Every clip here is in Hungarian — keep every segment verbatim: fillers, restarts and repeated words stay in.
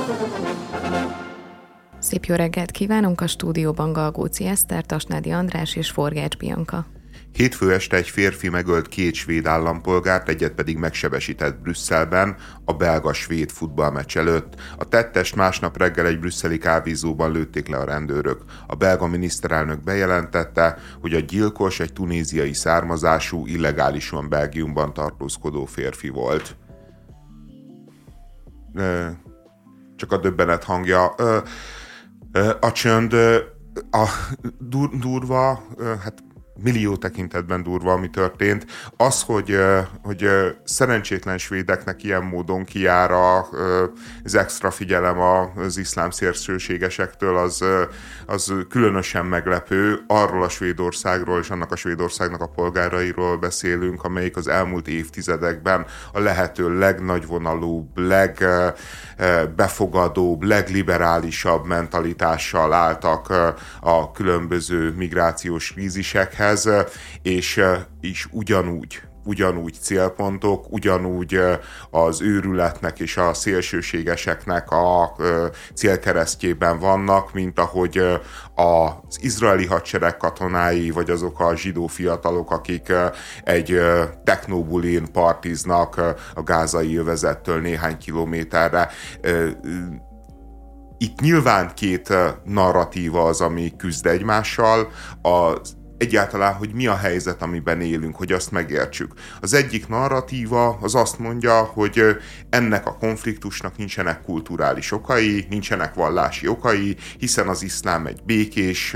Szép jó reggelt kívánunk, a stúdióban Galgóci Eszter, Tasnádi András és Forgács Bianka. Hétfő este egy férfi megölt két svéd állampolgárt, egyet pedig megsebesített Brüsszelben a belga-svéd futballmeccs előtt. A tettest másnap reggel egy brüsszeli kávézóban lőtték le a rendőrök. A belga miniszterelnök bejelentette, hogy a gyilkos egy tunéziai származású, illegálisan Belgiumban tartózkodó férfi volt. Csak a döbbenet hangja. A csönd a dur- durva, hát millió tekintetben durva, ami történt. Az, hogy, hogy szerencsétlen svédeknek ilyen módon kijár az extra figyelem az iszlám szélsőségesektől, az, az különösen meglepő. Arról a Svédországról és annak a Svédországnak a polgárairól beszélünk, amelyik az elmúlt évtizedekben a lehető legnagyvonalúbb, legbefogadóbb, legliberálisabb mentalitással álltak a különböző migrációs krízisekhez, és, és ugyanúgy, ugyanúgy célpontok, ugyanúgy az őrületnek és a szélsőségeseknek a célkeresztjében vannak, mint ahogy az izraeli hadsereg katonái, vagy azok a zsidó fiatalok, akik egy technobulin partiznak a gázai övezettől néhány kilométerre. Itt nyilván két narratíva az, ami küzd egymással, az egyáltalán, hogy mi a helyzet, amiben élünk, hogy azt megértsük. Az egyik narratíva az azt mondja, hogy ennek a konfliktusnak nincsenek kulturális okai, nincsenek vallási okai, hiszen az iszlám egy békés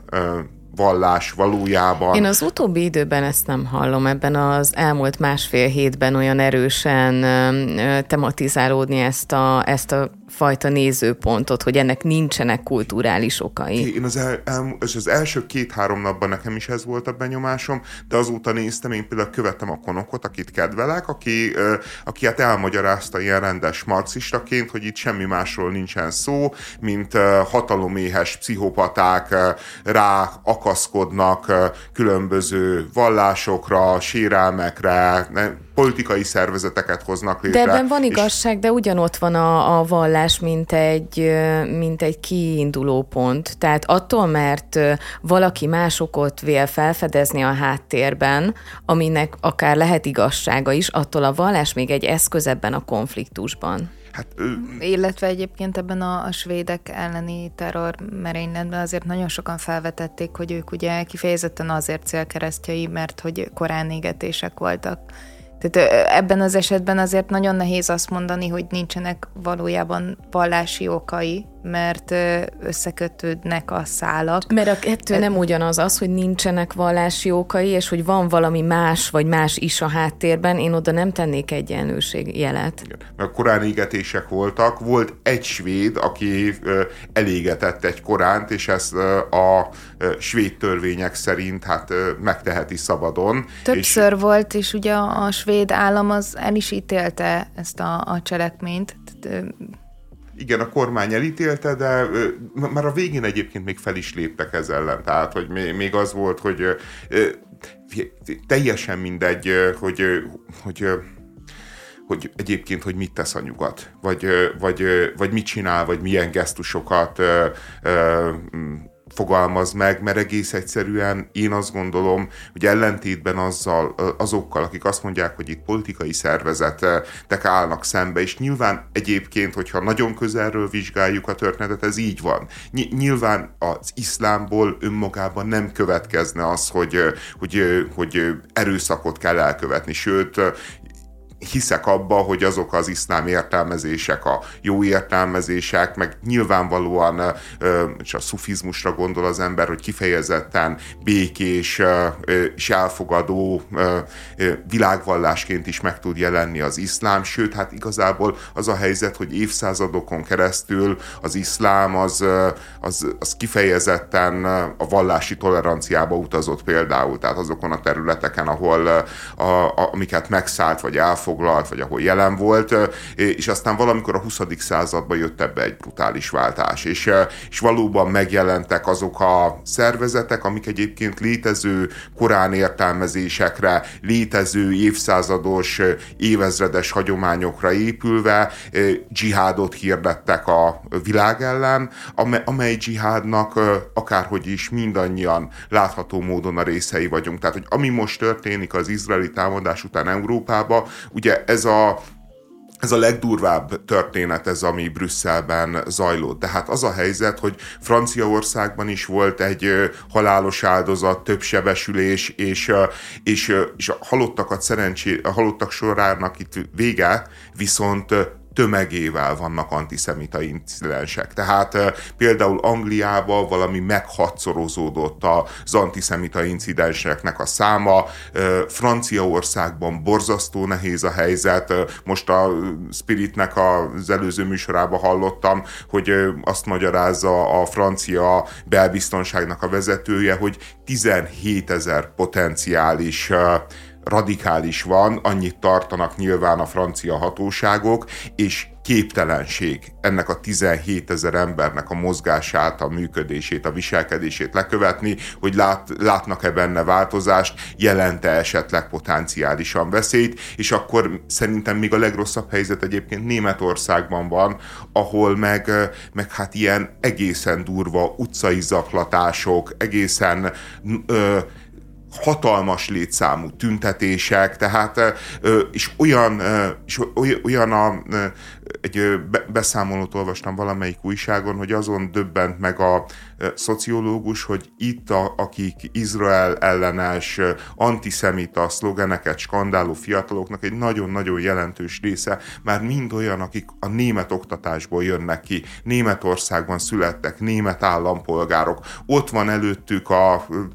vallás valójában. Én az utóbbi időben ezt nem hallom, ebben az elmúlt másfél hétben olyan erősen tematizálódni ezt a, ezt a fajta nézőpontot, hogy ennek nincsenek kulturális okai. Én az, el, el, az első két-három napban nekem is ez volt a benyomásom, de azóta néztem, én például követtem a Konokot, akit kedvelek, aki, aki hát elmagyarázta ilyen rendes marxistaként, hogy itt semmi másról nincsen szó, mint hataloméhes pszichopaták rá akaszkodnak különböző vallásokra, sérelmekre, politikai szervezeteket hoznak létre. De ebben van igazság, de ugyanott van a, a vallás, mint egy, mint egy kiinduló pont. Tehát attól, mert valaki más okot vél felfedezni a háttérben, aminek akár lehet igazsága is, attól a vallás még egy eszköz ebben a konfliktusban. Hát, ö... Illetve egyébként ebben a, a svédek elleni terror merényletben azért nagyon sokan felvetették, hogy ők ugye kifejezetten azért célkeresztjei, mert hogy koránégetések voltak. Tehát ebben az esetben azért nagyon nehéz azt mondani, hogy nincsenek valójában vallási okai, mert összekötődnek a szálak. Mert a kettő nem ugyanaz, az, hogy nincsenek vallási okai, és hogy van valami más, vagy más is a háttérben, én oda nem tennék egyenlőségjelet. Mert koránégetések voltak, volt egy svéd, aki elégetett egy koránt, és ezt a svéd törvények szerint hát megteheti szabadon. Többször és... volt, és ugye a svéd állam az el is ítélte ezt a, a cselekményt. Igen, a kormány elítélte, de már a végén egyébként még fel is léptek ez ellen. Tehát, hogy még az volt, hogy teljesen mindegy, hogy, hogy, hogy egyébként, hogy mit tesz a nyugat, vagy, vagy, vagy mit csinál, vagy milyen gesztusokat fogalmaz meg, mert egész egyszerűen én azt gondolom, hogy ellentétben azzal, azokkal, akik azt mondják, hogy itt politikai szervezetek állnak szembe, és nyilván egyébként, hogyha nagyon közelről vizsgáljuk a történetet, ez így van. Nyilván az iszlámból önmagában nem következne az, hogy, hogy, hogy erőszakot kell elkövetni, sőt, hiszek abba, hogy azok az iszlám értelmezések, a jó értelmezések, meg nyilvánvalóan és a szufizmusra gondol az ember, hogy kifejezetten békés és elfogadó világvallásként is meg tud jelenni az iszlám, sőt, hát igazából az a helyzet, hogy évszázadokon keresztül az iszlám az, az, az kifejezetten a vallási toleranciába utazott például, tehát azokon a területeken, ahol a, a, amiket megszállt vagy elfogadott, elfoglalt, vagy ahol jelen volt, és aztán valamikor a huszadik században jött ebbe egy brutális váltás, és, és valóban megjelentek azok a szervezetek, amik egyébként létező korán értelmezésekre, létező évszázados, évezredes hagyományokra épülve dzsihádot hirdettek a világ ellen, amely dzsihádnak akárhogy is mindannyian látható módon a részei vagyunk. Tehát, hogy ami most történik az izraeli támadás után Európába, ugye ez a Ez a legdurvább történet, ez, ami Brüsszelben zajlott. De hát az a helyzet, hogy Franciaországban is volt egy halálos áldozat, több sebesülés, és, és, és a halottakat szerencsé, a halottak sorának itt vége, viszont tömegével vannak antiszemita incidensek. Tehát e, például Angliában valami meghatszorozódott az antiszemita incidenseknek a száma, e, Franciaországban borzasztó nehéz a helyzet. E, most a Spiritnek az előző műsorában hallottam, hogy e, azt magyarázza a francia belbiztonságnak a vezetője, hogy tizenhétezer potenciális e, radikális van, annyit tartanak nyilván a francia hatóságok, és képtelenség ennek a tizenhétezer embernek a mozgását, a működését, a viselkedését lekövetni, hogy lát, látnak-e benne változást, jelent-e esetleg potenciálisan veszélyt, és akkor szerintem még a legrosszabb helyzet egyébként Németországban van, ahol meg, meg hát ilyen egészen durva utcai zaklatások, egészen ö, hatalmas létszámú tüntetések, tehát és olyan, és olyan a, egy beszámolót olvastam valamelyik újságon, hogy azon döbbent meg a szociológus, hogy itt a, akik Izrael ellenes antiszemita szlogeneket skandáló fiataloknak egy nagyon-nagyon jelentős része már mind olyan, akik a német oktatásból jönnek ki, Németországban születtek, német állampolgárok, ott van előttük a,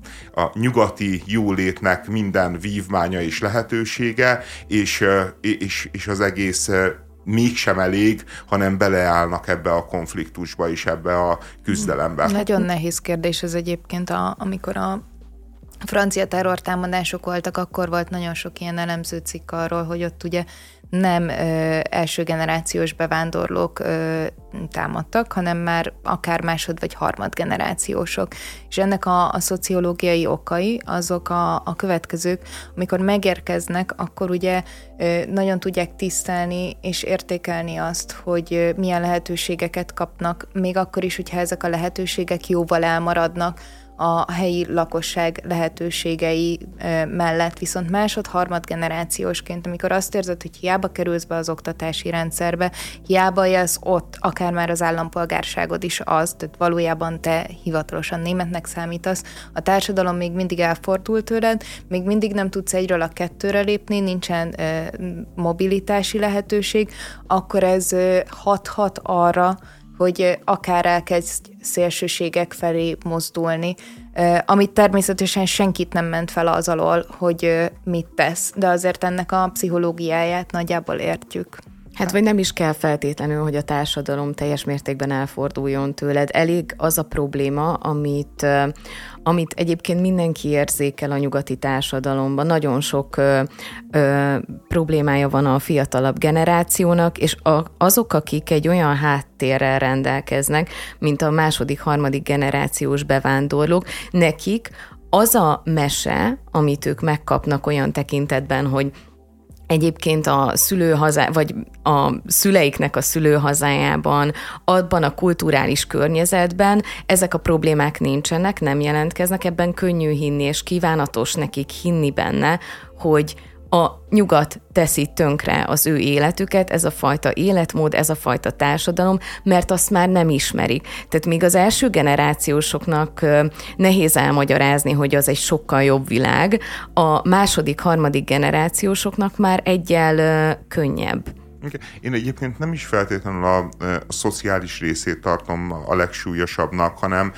a nyugati jólétnek minden vívmánya és lehetősége, és, és, és az egész mégsem elég, hanem beleállnak ebbe a konfliktusba és ebbe a küzdelembe. Nagyon nehéz kérdés ez egyébként, a, amikor a francia terrortámadások voltak, akkor volt nagyon sok ilyen elemző cikk arról, hogy ott ugye nem ö, első generációs bevándorlók ö, támadtak, hanem már akár másod vagy harmad generációsok. És ennek a, a szociológiai okai azok a, a következők, amikor megérkeznek, akkor ugye ö, nagyon tudják tisztelni és értékelni azt, hogy ö, milyen lehetőségeket kapnak, még akkor is, hogyha ezek a lehetőségek jóval elmaradnak a helyi lakosság lehetőségei mellett, viszont másod-harmad generációsként, amikor azt érzed, hogy hiába kerülsz be az oktatási rendszerbe, hiába élsz ott, akár már az állampolgárságod is az, tehát valójában te hivatalosan németnek számítasz, a társadalom még mindig elfordult tőled, még mindig nem tudsz egyről a kettőre lépni, nincsen e, mobilitási lehetőség, akkor ez e, hathat arra, hogy akár elkezd szélsőségek felé mozdulni, amit természetesen senkit nem ment fel az alól, hogy mit tesz, de azért ennek a pszichológiáját nagyjából értjük. Hát vagy nem is kell feltétlenül, hogy a társadalom teljes mértékben elforduljon tőled. Elég az a probléma, amit, amit egyébként mindenki érzékel a nyugati társadalomban. Nagyon sok ö, ö, problémája van a fiatalabb generációnak, és a, azok, akik egy olyan háttérrel rendelkeznek, mint a második, harmadik generációs bevándorlók, nekik az a mese, amit ők megkapnak olyan tekintetben, hogy egyébként a szülőhazá, vagy a szüleiknek a szülőhazájában, abban a kulturális környezetben ezek a problémák nincsenek, nem jelentkeznek, ebben könnyű hinni, és kívánatos nekik hinni benne, hogy a nyugat teszi tönkre az ő életüket, ez a fajta életmód, ez a fajta társadalom, mert azt már nem ismerik. Tehát még az első generációsoknak nehéz elmagyarázni, hogy az egy sokkal jobb világ, a második, harmadik generációsoknak már egyel könnyebb. Én egyébként nem is feltétlenül a, a szociális részét tartom a legsúlyosabbnak, hanem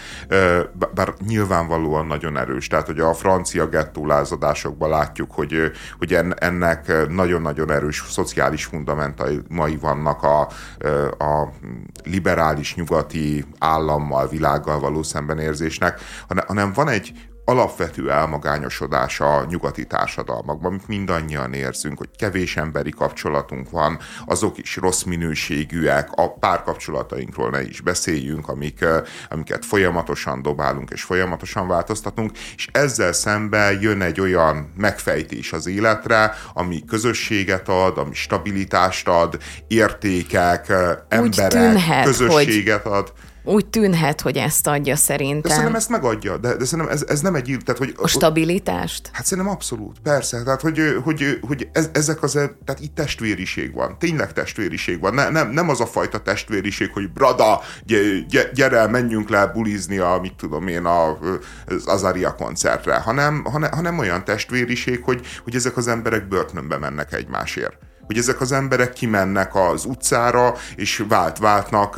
bár nyilvánvalóan nagyon erős. Tehát, hogy a francia gettólázadásokban látjuk, hogy, hogy ennek nagyon-nagyon erős szociális fundamentumai vannak a, a liberális nyugati állammal, világgal való szembenérzésnek, hanem van egy alapvető elmagányosodás a nyugati társadalmakban, amit mindannyian érzünk, hogy kevés emberi kapcsolatunk van, azok is rossz minőségűek, a párkapcsolatainkról ne is beszéljünk, amik, amiket folyamatosan dobálunk és folyamatosan változtatunk, és ezzel szemben jön egy olyan megfejtés az életre, ami közösséget ad, ami stabilitást ad, értékek, emberek, tűnhet, közösséget hogy... ad. Úgy tűnhet, hogy ezt adja szerintem. De szerintem ezt megadja, de, de szerintem ez, ez nem egy... Tehát, hogy, a stabilitást? Hát szerintem abszolút, persze. Tehát, hogy, hogy, hogy ez, ezek az... Tehát itt testvériség van. Tényleg testvériség van. Ne, nem, nem az a fajta testvériség, hogy brada, gyere, menjünk le bulizni a, mit tudom én, a, az Azaria koncertre, hanem, hanem, hanem olyan testvériség, hogy, hogy ezek az emberek börtönbe mennek egymásért. Hogy ezek az emberek kimennek az utcára, és vált-váltnak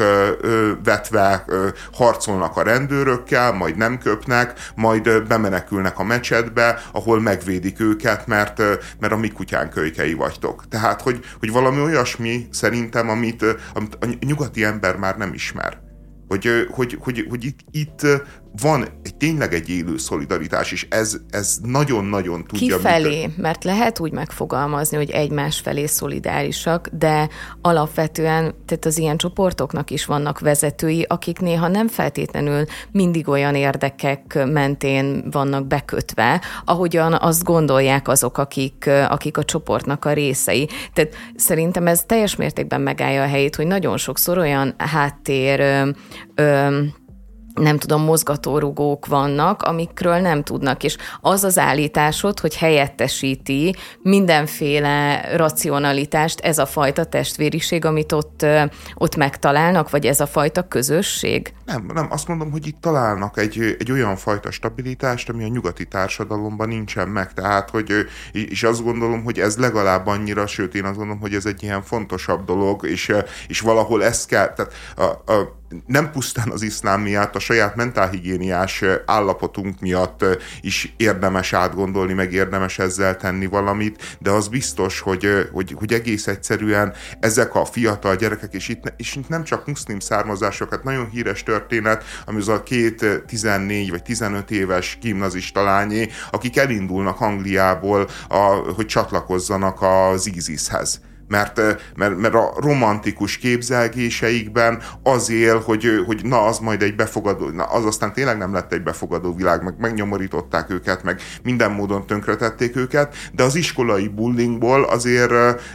vetve harcolnak a rendőrökkel, majd nem köpnek, majd bemenekülnek a mecsetbe, ahol megvédik őket, mert, mert a mi kutyán kölykei vagytok. Tehát, hogy, hogy valami olyasmi szerintem, amit, amit a nyugati ember már nem ismer. Hogy, hogy, hogy, hogy itt, itt van egy, tényleg egy élő szolidaritás, és ez, ez nagyon-nagyon tudja... Kifelé, működni. Mert lehet úgy megfogalmazni, hogy egymás felé szolidárisak, de alapvetően tehát az ilyen csoportoknak is vannak vezetői, akik néha nem feltétlenül mindig olyan érdekek mentén vannak bekötve, ahogyan azt gondolják azok, akik, akik a csoportnak a részei. Tehát szerintem ez teljes mértékben megállja a helyét, hogy nagyon sokszor olyan háttér... Ö, ö, nem tudom, mozgatórugók vannak, amikről nem tudnak, és az az állításod, hogy helyettesíti mindenféle racionalitást ez a fajta testvériség, amit ott, ott megtalálnak, vagy ez a fajta közösség? Nem, nem, azt mondom, hogy itt találnak egy, egy olyan fajta stabilitást, ami a nyugati társadalomban nincsen meg, tehát, hogy, és azt gondolom, hogy ez legalább annyira, sőt, én azt gondolom, hogy ez egy ilyen fontosabb dolog, és, és valahol ezt kell, tehát a, a nem pusztán az iszlám miatt, a saját mentálhigiéniás állapotunk miatt is érdemes átgondolni, meg érdemes ezzel tenni valamit, de az biztos, hogy, hogy, hogy egész egyszerűen ezek a fiatal gyerekek, és itt, és itt nem csak muszlim származásokat, nagyon híres történet, ami az a két tizennégy vagy tizenöt éves gimnazista lányé, akik elindulnak Angliából, a, hogy csatlakozzanak az ISIS-hez. Mert, mert, mert a romantikus képzelgéseikben az él, hogy, hogy na, az majd egy befogadó, na, az aztán tényleg nem lett egy befogadó világ, meg megnyomorították őket, meg minden módon tönkretették őket, de az iskolai bullyingból azért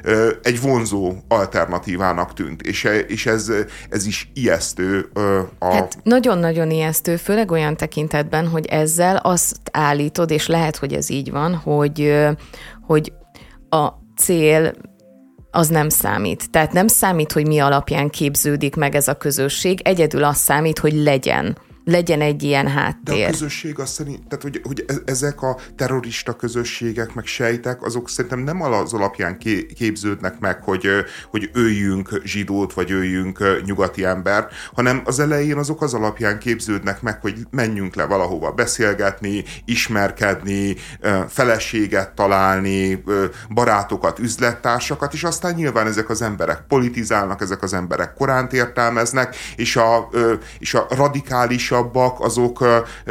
egy vonzó alternatívának tűnt, és, és ez, ez is ijesztő. A... Hát nagyon-nagyon ijesztő, főleg olyan tekintetben, hogy ezzel azt állítod, és lehet, hogy ez így van, hogy, hogy a cél az nem számít. Tehát nem számít, hogy mi alapján képződik meg ez a közösség, egyedül az számít, hogy legyen. Legyen egy ilyen háttér. De a közösség az szerint, tehát hogy, hogy ezek a terrorista közösségek, meg sejtek, azok szerintem nem az alapján képződnek meg, hogy, hogy öljünk zsidót, vagy öljünk nyugati embert, hanem az elején azok az alapján képződnek meg, hogy menjünk le valahova beszélgetni, ismerkedni, feleséget találni, barátokat, üzlettársakat, és aztán nyilván ezek az emberek politizálnak, ezek az emberek Koránt értelmeznek, és a, és a radikális azok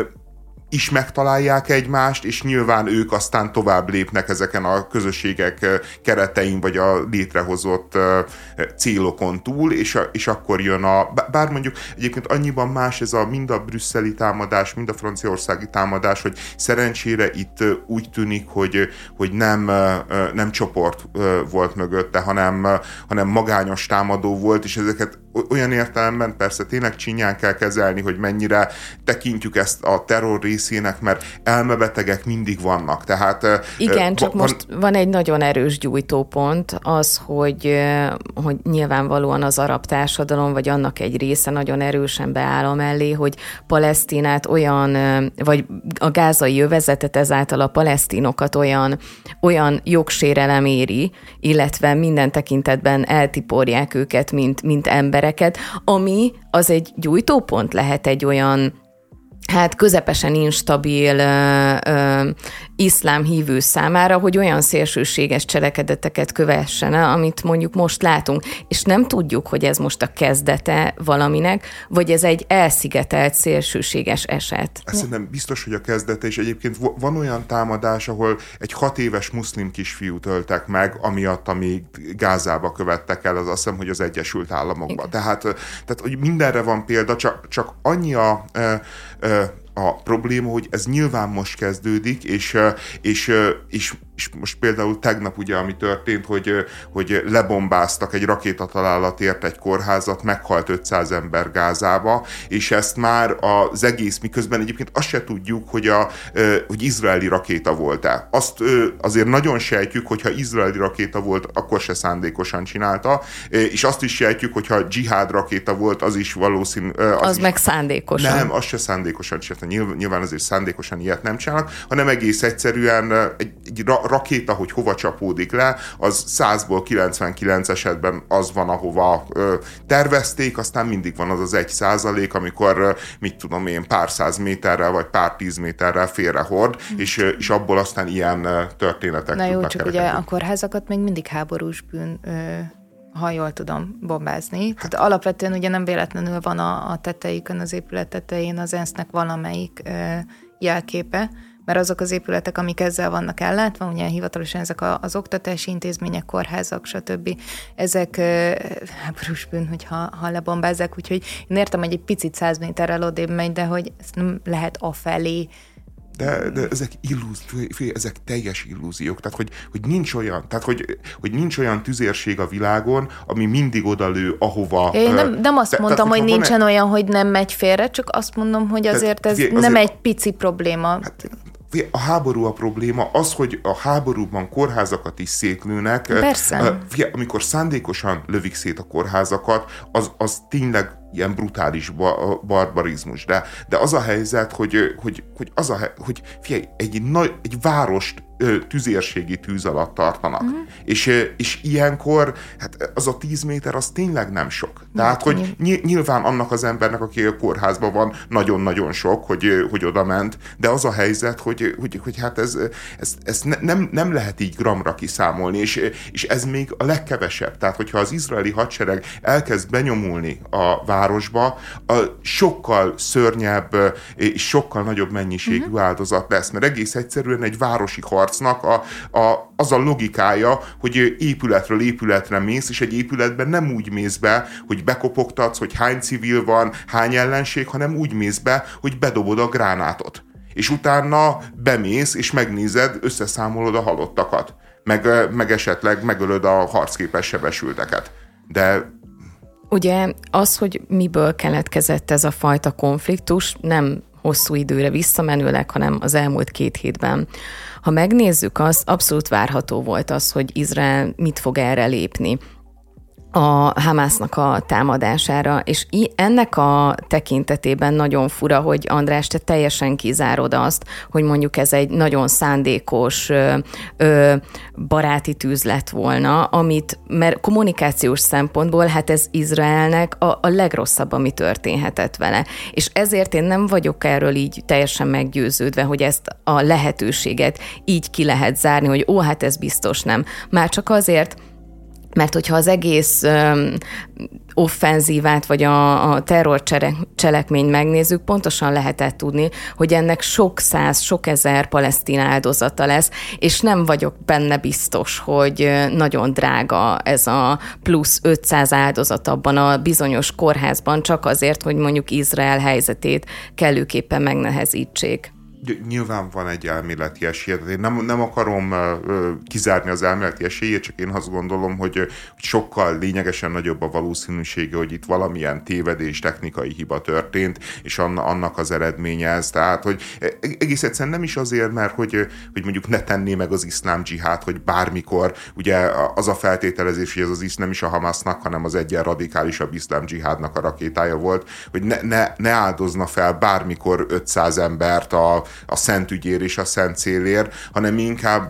is megtalálják egymást, és nyilván ők aztán tovább lépnek ezeken a közösségek keretein, vagy a létrehozott célokon túl, és, a, és akkor jön a... Bár mondjuk egyébként annyiban más ez a mind a brüsszeli támadás, mind a franciaországi támadás, hogy szerencsére itt úgy tűnik, hogy, hogy nem, nem csoport volt mögötte, hanem, hanem magányos támadó volt, és ezeket olyan értelemben persze tényleg csinyán kell kezelni, hogy mennyire tekintjük ezt a terror részének, mert elmebetegek mindig vannak. Tehát, igen, csak van... most van egy nagyon erős gyújtópont, az, hogy, hogy nyilvánvalóan az arab társadalom, vagy annak egy része nagyon erősen beáll mellé, hogy Palesztinát olyan, vagy a gázai övezetet, ezáltal a palesztinokat olyan, olyan jogsérelem éri, illetve minden tekintetben eltiporják őket, mint, mint embereket, ami az egy gyújtópont lehet egy olyan hát közepesen instabil ö, ö, iszlám hívő számára, hogy olyan szélsőséges cselekedeteket kövessen el, amit mondjuk most látunk, és nem tudjuk, hogy ez most a kezdete valaminek, vagy ez egy elszigetelt szélsőséges eset. Ezt szerintem biztos, hogy a kezdete, és egyébként van olyan támadás, ahol egy hat éves muszlim kisfiút öltek meg, amiatt, ami Gázába követtek el, az azt hiszem, hogy az Egyesült Államokban. Tehát, tehát, hogy mindenre van példa, csak, csak annyi a, a, a probléma, hogy ez nyilván most kezdődik, és, és, és, és most például tegnap ugye, ami történt, hogy, hogy lebombáztak egy rakétatalálatért egy kórházat, meghalt ötszáz ember Gázába, és ezt már az egész, miközben egyébként azt se tudjuk, hogy, a, hogy izraeli rakéta volt-e. Azt azért nagyon sejtjük, hogyha izraeli rakéta volt, akkor se szándékosan csinálta, és azt is sejtjük, hogyha dzsihád rakéta volt, az is valószínű... Az, az is, meg szándékosan. Nem, az se szándékosan csinálta. Nyilván azért szándékosan ilyet nem csinálnak, hanem egész egyszerűen egy, egy rakéta, hogy hova csapódik le, az százból kilencvenkilenc esetben az van, ahova ö, tervezték, aztán mindig van az az egy százalék, amikor ö, mit tudom én, pár száz méterrel, vagy pár tíz méterrel félrehord, mm. és, ö, és abból aztán ilyen ö, történetek Na tudnak jó, csak kerekedni. ugye a kórházakat még mindig háborús bűn, ö, ha jól tudom, bombázni. Hát. Tehát alapvetően ugye nem véletlenül van a, a tetejükön, az épület tetején az ENSZ-nek valamelyik ö, jelképe, mert azok az épületek, amik ezzel vannak ellátva, ugye hivatalosan ezek az oktatási intézmények, kórházak, stb. Ezek háborús bűn, hogyha ha lebombázzák, úgyhogy én értem, hogy egy picit száz méterrel odébb megy, de hogy ezt nem lehet afelé. De, de ezek illúziók, ezek teljes illúziók, tehát hogy, hogy nincs olyan, tehát hogy, hogy nincs olyan tüzérség a világon, ami mindig odalő, ahova... Én nem, nem azt te, mondtam, tehát, hogy nincsen e... olyan, hogy nem megy félre, csak azt mondom, hogy azért ez azért, nem egy pici probléma. Hát, a háború a probléma, az, hogy a háborúban kórházakat is szétlőnek. Persze. Amikor szándékosan lövik szét a kórházakat, az, az tényleg ilyen brutális barbarizmus. De, de az a helyzet, hogy, hogy, hogy, az a, hogy figyelj, egy, nagy, egy várost tüzérségi tűz alatt tartanak. Mm. És, és ilyenkor hát az a tíz méter az tényleg nem sok. Tehát, mm. hogy nyilván annak az embernek, aki a kórházban van, nagyon-nagyon sok, hogy, hogy oda ment, de az a helyzet, hogy, hogy, hogy hát ez, ez, ez ne, nem, nem lehet így gramra kiszámolni, és, és ez még a legkevesebb. Tehát, hogyha az izraeli hadsereg elkezd benyomulni a városba, a sokkal szörnyebb és sokkal nagyobb mennyiségű mm. áldozat lesz, mert egész egyszerűen egy városi harc A, a, az a logikája, hogy épületről épületre mész, és egy épületben nem úgy mész be, hogy bekopogtatsz, hogy hány civil van, hány ellenség, hanem úgy mész be, hogy bedobod a gránátot. És utána bemész, és megnézed, összeszámolod a halottakat. Meg, meg esetleg megölöd a harcképes sebesülteket. De... Ugye az, hogy miből keletkezett ez a fajta konfliktus, nem hosszú időre visszamenőleg, hanem az elmúlt két hétben. Ha megnézzük azt, abszolút várható volt az, hogy Izrael mit fog erre lépni a Hamásznak a támadására, és ennek a tekintetében nagyon fura, hogy András, te teljesen kizárod azt, hogy mondjuk ez egy nagyon szándékos ö, ö, baráti tűz lett volna, amit, mert kommunikációs szempontból hát ez Izraelnek a, a legrosszabb, ami történhetett vele. És ezért én nem vagyok erről így teljesen meggyőződve, hogy ezt a lehetőséget így ki lehet zárni, hogy ó, hát ez biztos nem. Már csak azért, mert hogyha az egész um, offenzívát, vagy a, a terrorcselekményt megnézzük, pontosan lehetett tudni, hogy ennek sok száz, sok ezer palesztin áldozata lesz, és nem vagyok benne biztos, hogy nagyon drága ez a plusz ötszáz áldozat abban a bizonyos kórházban, csak azért, hogy mondjuk Izrael helyzetét kellőképpen megnehezítsék. Nyilván van egy elméleti esélye. Én nem, nem akarom uh, kizárni az elméleti esélyét, csak én azt gondolom, hogy, hogy sokkal lényegesen nagyobb a valószínűsége, hogy itt valamilyen tévedés, technikai hiba történt, és annak az eredménye ez. Tehát, hogy egész egyszerűen nem is azért, mert hogy, hogy mondjuk ne tenné meg az iszlám dzsihád, hogy bármikor, ugye az a feltételezés, hogy ez az iszlám nem is a Hamásznak, hanem az egyen radikálisabb iszlám dzsihádnak a rakétája volt, hogy ne, ne, ne áldozna fel bármikor ötszáz embert a a szent ügyér és a szent célért, hanem inkább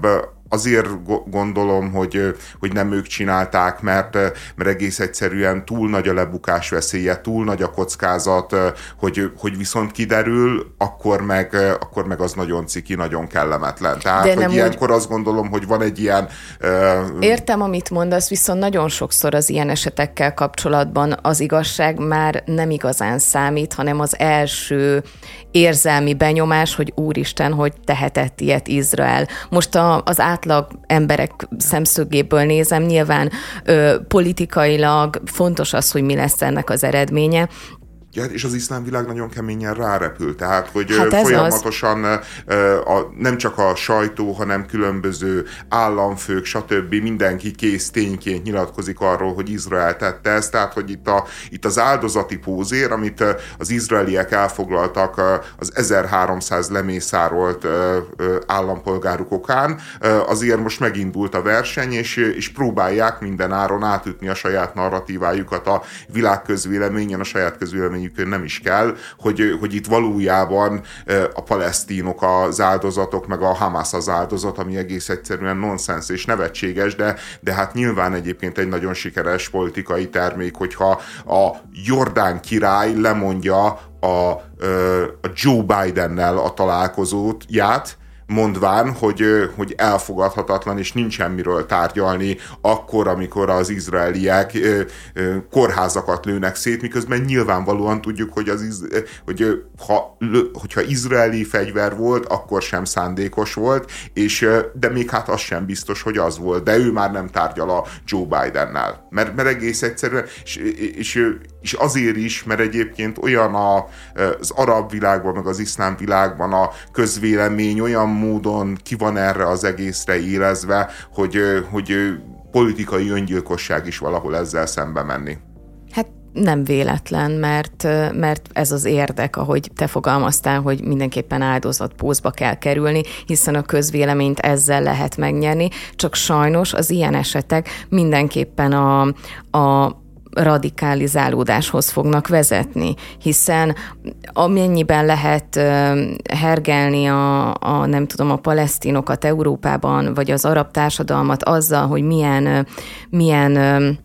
azért gondolom, hogy, hogy nem ők csinálták, mert, mert egész egyszerűen túl nagy a lebukás veszélye, túl nagy a kockázat, hogy, hogy viszont kiderül, akkor meg, akkor meg az nagyon ciki, nagyon kellemetlen. Tehát, hogy ilyenkor úgy... azt gondolom, hogy van egy ilyen... Uh... Értem, amit mondasz, viszont nagyon sokszor az ilyen esetekkel kapcsolatban az igazság már nem igazán számít, hanem az első érzelmi benyomás, hogy úristen, hogy tehetett ilyet Izrael. Most a, az átlag emberek szemszögéből nézem, nyilván ö, politikailag fontos az, hogy mi lesz ennek az eredménye. Ja, és az iszlám világ nagyon keményen rárepül, tehát hogy hát folyamatosan a, nem csak a sajtó, hanem különböző államfők, stb. Mindenki kész tényként nyilatkozik arról, hogy Izrael tette ezt, tehát hogy itt, a, itt az áldozati pózér, amit az izraeliek elfoglaltak az ezerháromszáz lemészárolt állampolgáruk okán, azért most megindult a verseny, és, és próbálják minden áron átütni a saját narratívájukat a világközvéleményen, a saját közvéleményen nem is kell, hogy, hogy itt valójában a palesztinok az áldozatok, meg a Hamas az áldozat, ami egész egyszerűen nonsens és nevetséges, de, de hát nyilván egyébként egy nagyon sikeres politikai termék, hogyha a Jordán király lemondja a, a Joe Bidennel a találkozóját, mondván, hogy, hogy elfogadhatatlan, és nincsen miről tárgyalni akkor, amikor az izraeliek kórházakat lőnek szét, miközben nyilvánvalóan tudjuk, hogy, az, hogy ha, hogyha izraeli fegyver volt, akkor sem szándékos volt, és, de még hát az sem biztos, hogy az volt, de ő már nem tárgyal a Joe Bidennel. Mert, mert egész egyszerűen, és, és, és azért is, mert egyébként olyan a, az arab világban, meg az iszlám világban a közvélemény olyan módon ki van erre az egészre élezve, hogy, hogy politikai öngyilkosság is valahol ezzel szembe menni. Hát nem véletlen, mert, mert ez az érdek, ahogy te fogalmaztál, hogy mindenképpen áldozatpózba kell kerülni, hiszen a közvéleményt ezzel lehet megnyerni, csak sajnos az ilyen esetek mindenképpen a, a radikalizálódáshoz fognak vezetni, hiszen amennyiben lehet hergelni a, a nem tudom, a palesztinokat Európában, vagy az arab társadalmat azzal, hogy milyen, milyen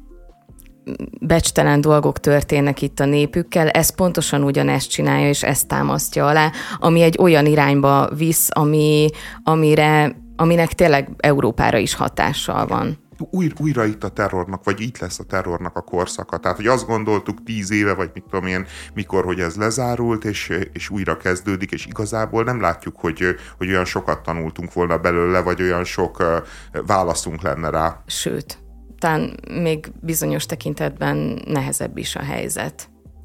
becstelen dolgok történnek itt a népükkel, ez pontosan ugyanezt csinálja, és ezt támasztja alá, ami egy olyan irányba visz, ami, amire, aminek tényleg Európára is hatással van. Újra, újra itt a terrornak, vagy itt lesz a terrornak a korszaka. Tehát, hogy azt gondoltuk tíz éve, vagy mit tudom én, mikor, hogy ez lezárult, és, és újra kezdődik, és igazából nem látjuk, hogy, hogy olyan sokat tanultunk volna belőle, vagy olyan sok válaszunk lenne rá. Sőt, talán még bizonyos tekintetben nehezebb is a helyzet.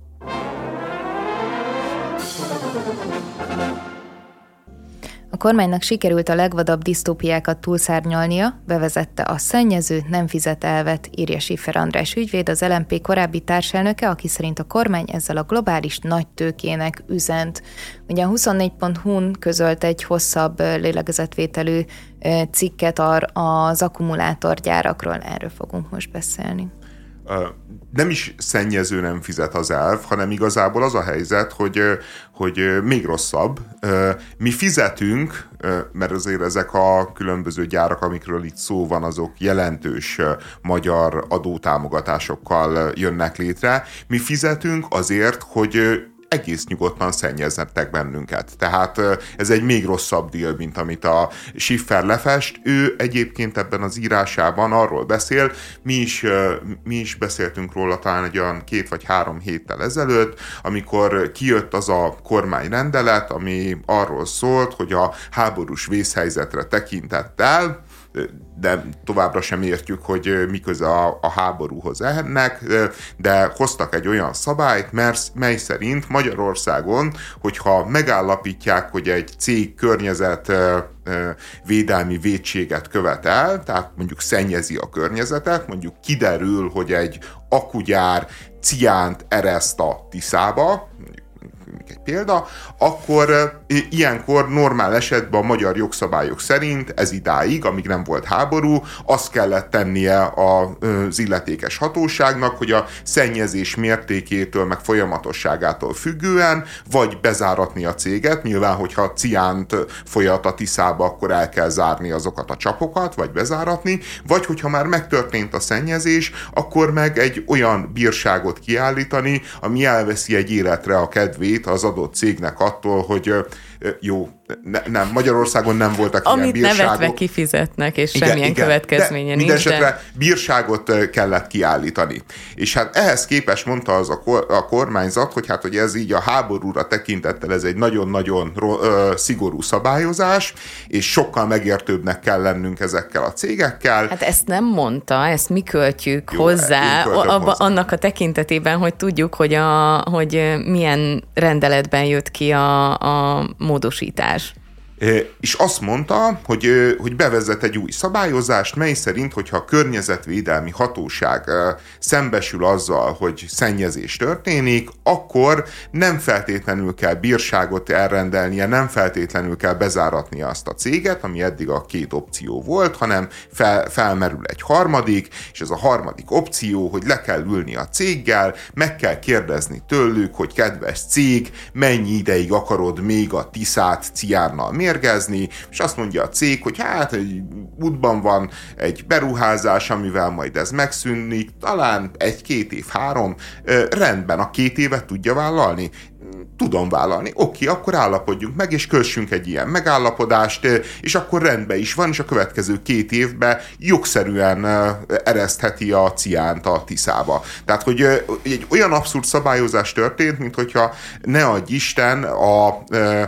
A kormánynak sikerült a legvadabb disztópiákat túlszárnyalnia, bevezette a szennyező, nem fizet elvet, írja Schiffer András ügyvéd, az el em pé korábbi társelnöke, aki szerint a kormány ezzel a globális nagytőkének üzent. Ugye a huszonnégy pont hu-n közölt egy hosszabb lélegzetvételű cikket az akkumulátorgyárakról, erről fogunk most beszélni. Nem is szennyező nem fizet az elv, hanem igazából az a helyzet, hogy, hogy még rosszabb. Mi fizetünk, mert azért ezek a különböző gyárak, amikről itt szó van, azok jelentős magyar adótámogatásokkal jönnek létre. Mi fizetünk azért, hogy egész nyugodtan szennyezzettek bennünket. Tehát ez egy még rosszabb deal, mint amit a Schiffer lefest. Ő egyébként ebben az írásában arról beszél, mi is, mi is beszéltünk róla talán egy olyan két vagy három héttel ezelőtt, amikor kijött az a kormányrendelet, ami arról szólt, hogy a háborús vészhelyzetre tekintettel, de továbbra sem értjük, hogy mi köze a, a háborúhoz ennek, de hoztak egy olyan szabályt, mely szerint Magyarországon, hogyha megállapítják, hogy egy cég környezet védelmi vétséget követel, tehát mondjuk szennyezi a környezetet, mondjuk kiderül, hogy egy akugyár ciánt ereszt a Tiszába, mondjuk egy példa, akkor ilyenkor normál esetben a magyar jogszabályok szerint ez idáig, amíg nem volt háború, azt kellett tennie az illetékes hatóságnak, hogy a szennyezés mértékétől, meg folyamatosságától függően, vagy bezáratni a céget, nyilván, hogyha ciánt folyat a Tiszába, akkor el kell zárni azokat a csapokat, vagy bezáratni, vagy hogyha már megtörtént a szennyezés, akkor meg egy olyan bírságot kiállítani, ami elveszi egy életre a kedvét az adott cégnek attól, hogy jó, ne, nem, Magyarországon nem voltak Amit ilyen bírságok. Amit nevetve kifizetnek, és igen, semmilyen igen, következménye nincs. Mindenesetre de... bírságot kellett kiállítani. És hát ehhez képest mondta az a, kor, a kormányzat, hogy hát, hogy ez így a háborúra tekintettel ez egy nagyon-nagyon ö, szigorú szabályozás, és sokkal megértőbbnek kell lennünk ezekkel a cégekkel. Hát ezt nem mondta, ezt mi költjük Jó, hozzá, abba, hozzá, annak a tekintetében, hogy tudjuk, hogy, a, hogy milyen rendeletben jött ki a, a módosítás. És azt mondta, hogy, hogy bevezet egy új szabályozást, mely szerint, hogyha a környezetvédelmi hatóság szembesül azzal, hogy szennyezés történik, akkor nem feltétlenül kell bírságot elrendelnie, nem feltétlenül kell bezáratnia azt a céget, ami eddig a két opció volt, hanem fel, felmerül egy harmadik, és ez a harmadik opció, hogy le kell ülni a céggel, meg kell kérdezni tőlük, hogy kedves cég, mennyi ideig akarod még a Tiszát ciánnal mérgezni, és azt mondja a cég, hogy hát egy útban van egy beruházás, amivel majd ez megszűnik, talán egy-két év, három, rendben, a két évet tudja vállalni? Tudom vállalni. Oké, akkor állapodjunk meg, és kössünk egy ilyen megállapodást, és akkor rendben is van, és a következő két évben jogszerűen eresztheti a ciánt a Tiszába. Tehát, hogy egy olyan abszurd szabályozás történt, mint hogyha ne adj Isten a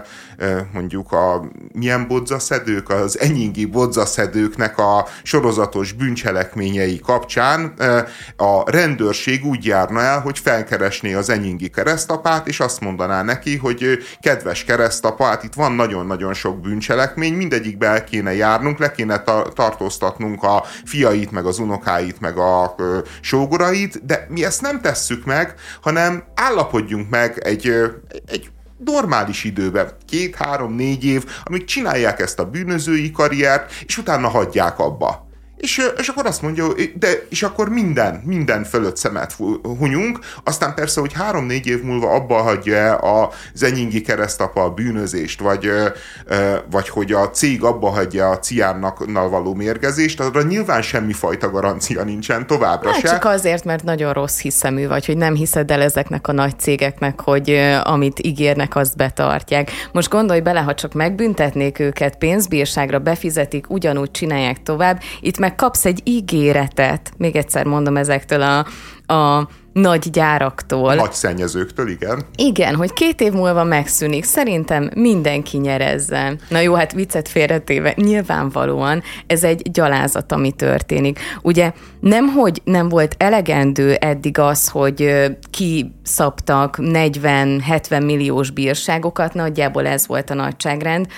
mondjuk a milyen bodzaszedők, az enyingi bodzaszedőknek a sorozatos bűncselekményei kapcsán a rendőrség úgy járna el, hogy felkeresné az enyingi keresztapát, és azt mondaná neki, hogy kedves keresztapa, hát itt van nagyon-nagyon sok bűncselekmény, mindegyikbe el kéne járnunk, le kéne tartóztatnunk a fiait, meg az unokáit, meg a sógorait, de mi ezt nem tesszük meg, hanem állapodjunk meg egy, egy normális időben, két, három, négy év, amíg csinálják ezt a bűnözői karriert, és utána hagyják abba. És, és akkor azt mondja, de és akkor minden, minden fölött szemet hunyunk, aztán persze, hogy három-négy év múlva abba hagyja az enyingi keresztapa a bűnözést, vagy, vagy hogy a cég abba hagyja a ciánnal való mérgezést, arra nyilván semmifajta garancia nincsen továbbra hát se. Csak azért, mert nagyon rossz hiszemű vagy, hogy nem hiszed el ezeknek a nagy cégeknek, hogy amit ígérnek, azt betartják. Most gondolj bele, ha csak megbüntetnék őket, pénzbírságra befizetik, ugyanúgy csinálják tovább, itt meg kapsz egy ígéretet, még egyszer mondom ezektől a, a nagy gyáraktól. Nagy szennyezőktől, igen. Igen, hogy két év múlva megszűnik. Szerintem mindenki nyer ezzel. Na jó, hát viccet félretéve, nyilvánvalóan ez egy gyalázat, ami történik. Ugye nemhogy nem volt elegendő eddig az, hogy kiszabtak negyven-hetven milliós bírságokat, nagyjából ez volt a nagyságrend,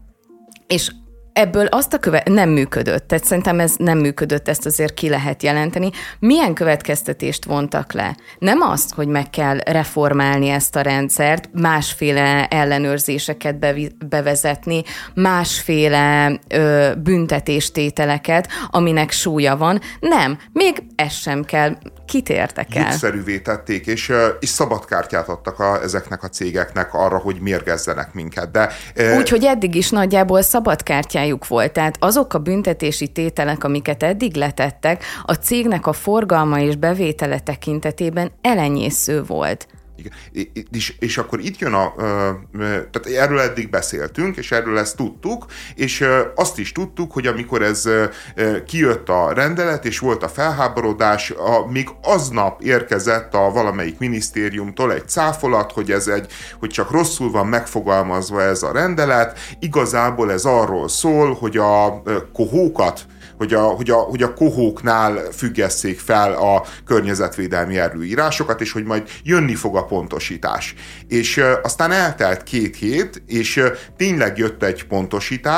és ebből azt a köve... nem működött, tehát szerintem ez nem működött, ezt azért ki lehet jelenteni. Milyen következtetést vontak le? Nem azt, hogy meg kell reformálni ezt a rendszert, másféle ellenőrzéseket bevi- bevezetni, másféle ö, büntetéstételeket, aminek súlya van. Nem, még ez sem kell. Kit értek el? Jogszerűvé tették, és, és szabadkártyát adtak a, ezeknek a cégeknek arra, hogy mérgezzenek minket. De, Úgyhogy eddig is nagyjából szabadkártyájuk volt. Tehát azok a büntetési tételek, amiket eddig letettek, a cégnek a forgalma és bevétele tekintetében elenyésző volt. Igen. És, és akkor itt jön a, tehát erről eddig beszéltünk, és erről ezt tudtuk, és azt is tudtuk, hogy amikor ez kijött a rendelet, és volt a felháborodás, a, még aznap érkezett a valamelyik minisztériumtól egy cáfolat, hogy ez egy, hogy csak rosszul van megfogalmazva ez a rendelet, igazából ez arról szól, hogy a kohókat, hogy a, hogy, a, hogy a kohóknál függesszék fel a környezetvédelmi előírásokat, és hogy majd jönni fog a pontosítás. És uh, aztán eltelt két hét, és uh, tényleg jött egy pontosítás,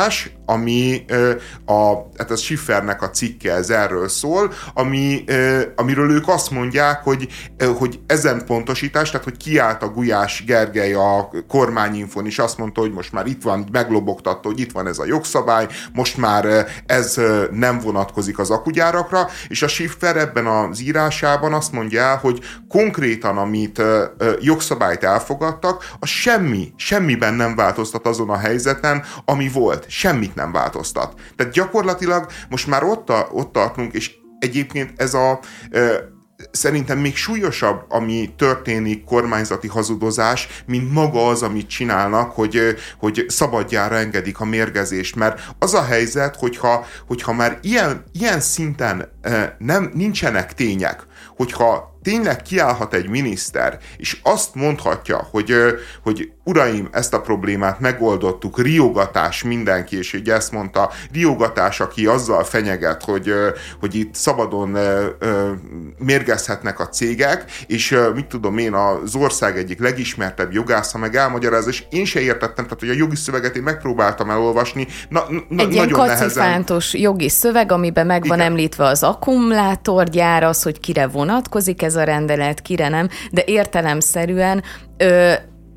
ami a, hát a Schiffernek a cikke, ez erről szól, ami, amiről ők azt mondják, hogy, hogy ezen pontosítás, tehát hogy kiállt a Gulyás Gergely a kormányinfon, és azt mondta, hogy most már itt van, meglobogtatta, hogy itt van ez a jogszabály, most már ez nem vonatkozik az akugyárakra, és a Schiffer ebben az írásában azt mondja el, hogy konkrétan, amit jogszabályt elfogadtak, az semmi, semmiben nem változtat azon a helyzeten, ami volt. Semmit nem változtat. Tehát gyakorlatilag most már ott, a, ott tartunk, és egyébként ez a szerintem még súlyosabb, ami történik, kormányzati hazudozás, mint maga az, amit csinálnak, hogy, hogy szabadjára engedik a mérgezést. Mert az a helyzet, hogyha, hogyha már ilyen, ilyen szinten nem, nincsenek tények, hogyha tényleg kiállhat egy miniszter, és azt mondhatja, hogy, hogy uraim, ezt a problémát megoldottuk, riogatás mindenki, és ugye ezt mondta, riogatás, aki azzal fenyeget, hogy, hogy itt szabadon mérgezhetnek a cégek, és mit tudom én, az ország egyik legismertebb jogásza meg elmagyarázza, és én se értettem, tehát hogy a jogi szöveget én megpróbáltam elolvasni. Na, na, egy ilyen kacifántos jogi szöveg, amiben meg van említve az akkumulátorgyár, az, hogy kire vonatkozik ez a rendelet, kire nem, de értelemszerűen ö,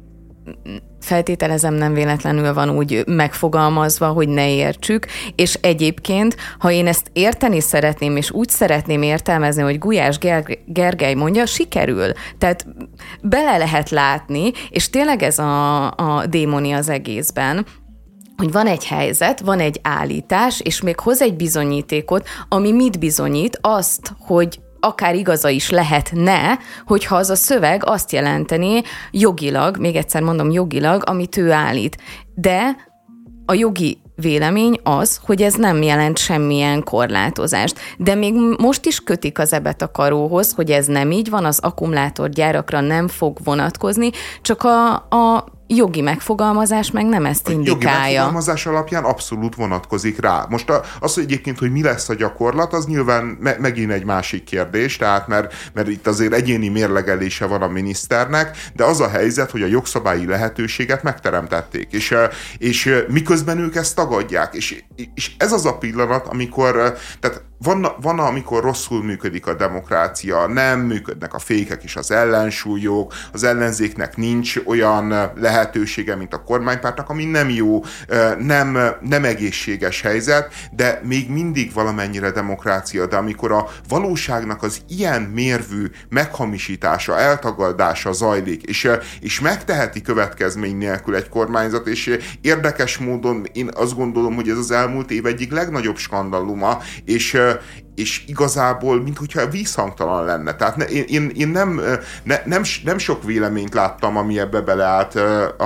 feltételezem nem véletlenül van úgy megfogalmazva, hogy ne értsük, és egyébként, ha én ezt érteni szeretném, és úgy szeretném értelmezni, hogy Gulyás Gergely mondja, sikerül. Tehát bele lehet látni, és tényleg ez a, a démoni az egészben, hogy van egy helyzet, van egy állítás, és még hoz egy bizonyítékot, ami mit bizonyít? Azt, hogy akár igaza is lehetne, hogyha az a szöveg azt jelenteni jogilag, még egyszer mondom jogilag, amit ő állít. De a jogi vélemény az, hogy ez nem jelent semmilyen korlátozást. De még most is kötik az ebet a karóhoz, hogy ez nem így van, az akkumulátorgyárakra nem fog vonatkozni, csak a, a jogi megfogalmazás meg nem ezt indikálja. A jogi megfogalmazás alapján abszolút vonatkozik rá. Most az, hogy egyébként, hogy mi lesz a gyakorlat, az nyilván me- megint egy másik kérdés, tehát mert, mert itt azért egyéni mérlegelése van a miniszternek, de az a helyzet, hogy a jogszabályi lehetőséget megteremtették, és, és miközben ők ezt tagadják, és, és ez az a pillanat, amikor, tehát Van, van, amikor rosszul működik a demokrácia, nem működnek a fékek és az ellensúlyok, az ellenzéknek nincs olyan lehetősége, mint a kormánypártnak, ami nem jó, nem, nem egészséges helyzet, de még mindig valamennyire demokrácia, de amikor a valóságnak az ilyen mérvű meghamisítása, eltagadása zajlik, és, és megteheti következmény nélkül egy kormányzat, és érdekes módon én azt gondolom, hogy ez az elmúlt év egyik legnagyobb skandaluma, és és igazából, minthogyha vízhangtalan lenne. Tehát ne, én, én nem, ne, nem, nem sok véleményt láttam, ami ebbe beleállt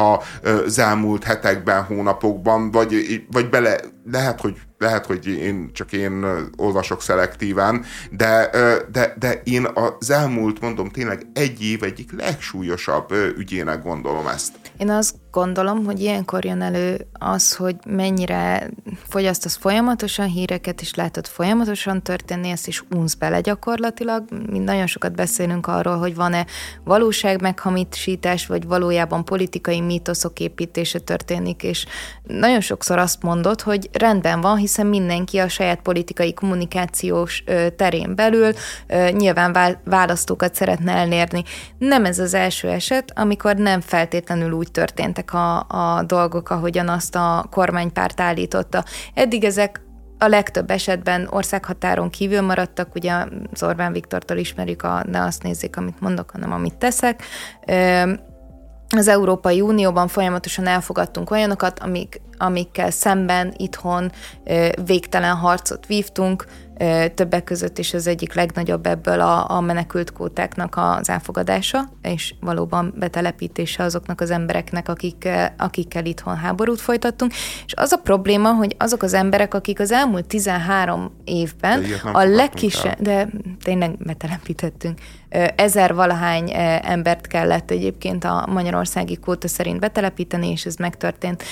az elmúlt hetekben, hónapokban, vagy, vagy bele, lehet, hogy lehet, hogy én csak én olvasok szelektíven, de, de, de én az elmúlt, mondom, tényleg egy év egyik legsúlyosabb ügyének gondolom ezt. Én azt gondolom, hogy ilyenkor jön elő az, hogy mennyire fogyasztasz folyamatosan híreket, és látod folyamatosan történni, ezt is unsz bele gyakorlatilag. Mi nagyon sokat beszélünk arról, hogy van-e valóság meghamisítás, vagy valójában politikai mítoszok építése történik, és nagyon sokszor azt mondod, hogy rendben van, hiszen mindenki a saját politikai kommunikációs terén belül nyilván választókat szeretne elérni. Nem ez az első eset, amikor nem feltétlenül úgy történtek a, a dolgok, ahogyan azt a kormánypárt állította. Eddig ezek a legtöbb esetben országhatáron kívül maradtak, ugye az Orbán Viktortól ismerjük a ne azt nézzék, amit mondok, hanem amit teszek. Az Európai Unióban folyamatosan elfogadtunk olyanokat, amik, amikkel szemben itthon végtelen harcot vívtunk, többek között is az egyik legnagyobb ebből a, a menekültkvótáknak az elfogadása, és valóban betelepítése azoknak az embereknek, akik, akikkel itthon háborút folytattunk. És az a probléma, hogy azok az emberek, akik az elmúlt tizenhárom évben a legkisebb, de tényleg betelepítettünk, ezer valahány embert kellett egyébként a magyarországi kvóta szerint betelepíteni, és ez megtörtént.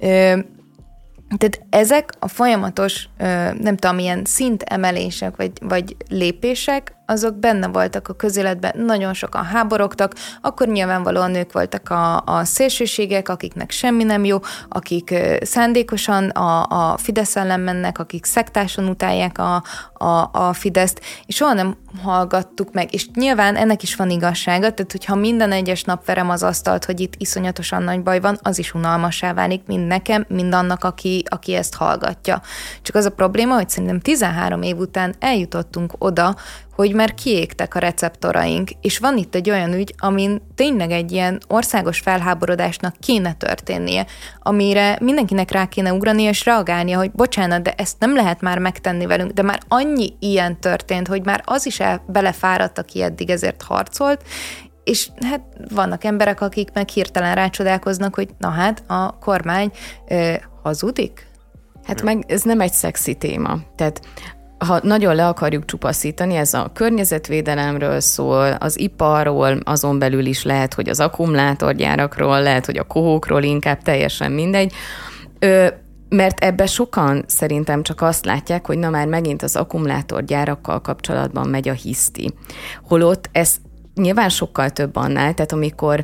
Tehát ezek a folyamatos, nem tudom, ilyen szintemelések vagy, vagy lépések azok benne voltak a közéletben, nagyon sokan háborogtak, akkor nyilvánvalóan ők voltak a, a szélsőségek, akiknek semmi nem jó, akik szándékosan a, a Fidesz ellen mennek, akik szektáson utálják a, a, a Fideszt, és soha nem hallgattuk meg, és nyilván ennek is van igazsága, tehát hogyha minden egyes nap verem az asztalt, hogy itt iszonyatosan nagy baj van, az is unalmassá válik, mind nekem, mind annak, aki, aki ezt hallgatja. Csak az a probléma, hogy szerintem tizenhárom év után eljutottunk oda, hogy már kiégtek a receptoraink, és van itt egy olyan ügy, amin tényleg egy ilyen országos felháborodásnak kéne történnie, amire mindenkinek rá kéne ugrani és reagálnia, hogy bocsánat, de ezt nem lehet már megtenni velünk, de már annyi ilyen történt, hogy már az is el, belefáradt, aki eddig ezért harcolt, és hát vannak emberek, akik meg hirtelen rácsodálkoznak, hogy na hát a kormány ö, hazudik? Hát meg ez nem egy szexi téma. Tehát ha nagyon le akarjuk csupaszítani, ez a környezetvédelemről szól, az iparról, azon belül is lehet, hogy az akkumulátorgyárakról, lehet, hogy a kohókról, inkább teljesen mindegy. Ö, mert ebbe sokan szerintem csak azt látják, hogy na már megint az akkumulátorgyárakkal kapcsolatban megy a hiszti. Holott ez nyilván sokkal több annál, tehát amikor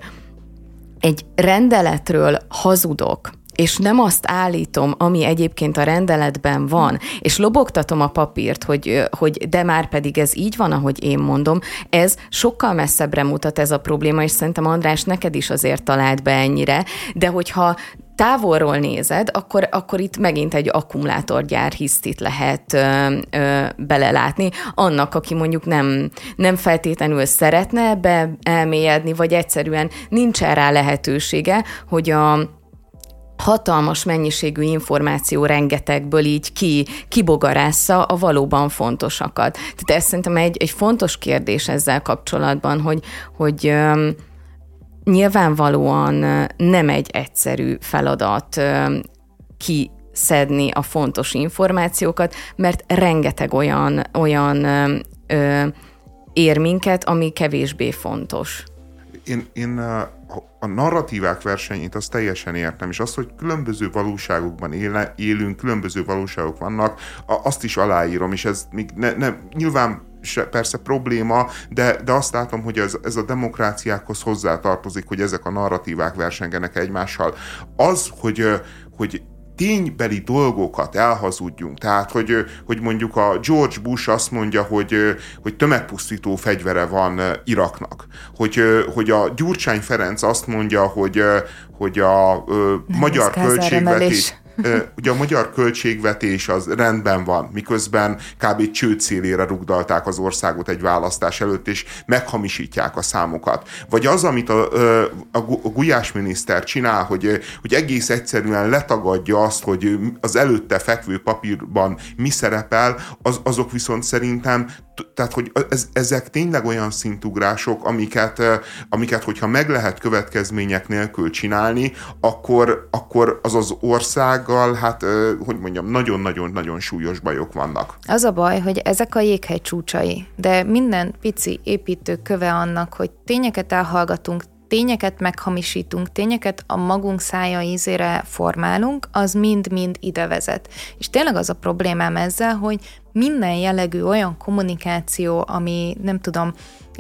egy rendeletről hazudok, és nem azt állítom, ami egyébként a rendeletben van, és lobogtatom a papírt, hogy, hogy de már pedig ez így van, ahogy én mondom, ez sokkal messzebbre mutat ez a probléma, és szerintem András, neked is azért talált be ennyire, de hogyha távolról nézed, akkor, akkor itt megint egy akkumulátorgyár hisztit lehet ö, ö, belelátni. Annak, aki mondjuk nem, nem feltétlenül szeretne ebbe elmélyedni, vagy egyszerűen nincsen rá lehetősége, hogy a hatalmas mennyiségű információ rengetegből így ki, kibogarásza a valóban fontosakat. Tehát ez szerintem egy, egy fontos kérdés ezzel kapcsolatban, hogy, hogy öm, nyilvánvalóan nem egy egyszerű feladat öm, kiszedni a fontos információkat, mert rengeteg olyan, olyan öm, öm, ér minket, ami kevésbé fontos. Én, én a narratívák versenyét azt teljesen értem, és azt, hogy különböző valóságokban éle, élünk, különböző valóságok vannak, azt is aláírom, és ez még ne, ne, nyilván se, persze probléma, de, de azt látom, hogy ez, ez a demokráciákhoz hozzátartozik, hogy ezek a narratívák versengenek egymással. Az, hogy, hogy ténybeli dolgokat elhazudjunk. Tehát, hogy, hogy mondjuk a George Bush azt mondja, hogy, hogy tömegpusztító fegyvere van Iraknak. Hogy, hogy a Gyurcsány Ferenc azt mondja, hogy, hogy a Nem magyar költségvetés... Ugye a magyar költségvetés az rendben van, miközben kb. Csőd szélére rugdalták az országot egy választás előtt, és meghamisítják a számokat. Vagy az, amit a, a Gulyás miniszter csinál, hogy, hogy egész egyszerűen letagadja azt, hogy az előtte fekvő papírban mi szerepel, az, azok viszont szerintem, tehát, hogy ez, ezek tényleg olyan szintugrások, amiket, amiket, hogyha meg lehet következmények nélkül csinálni, akkor, akkor az az országgal, hát, hogy mondjam, nagyon-nagyon-nagyon súlyos bajok vannak. Az a baj, hogy ezek a jéghegy csúcsai, de minden pici építő köve annak, hogy tényeket elhallgatunk, tényeket meghamisítunk, tényeket a magunk szája ízére formálunk, az mind-mind ide vezet. És tényleg az a problémám ezzel, hogy minden jellegű olyan kommunikáció, ami nem tudom,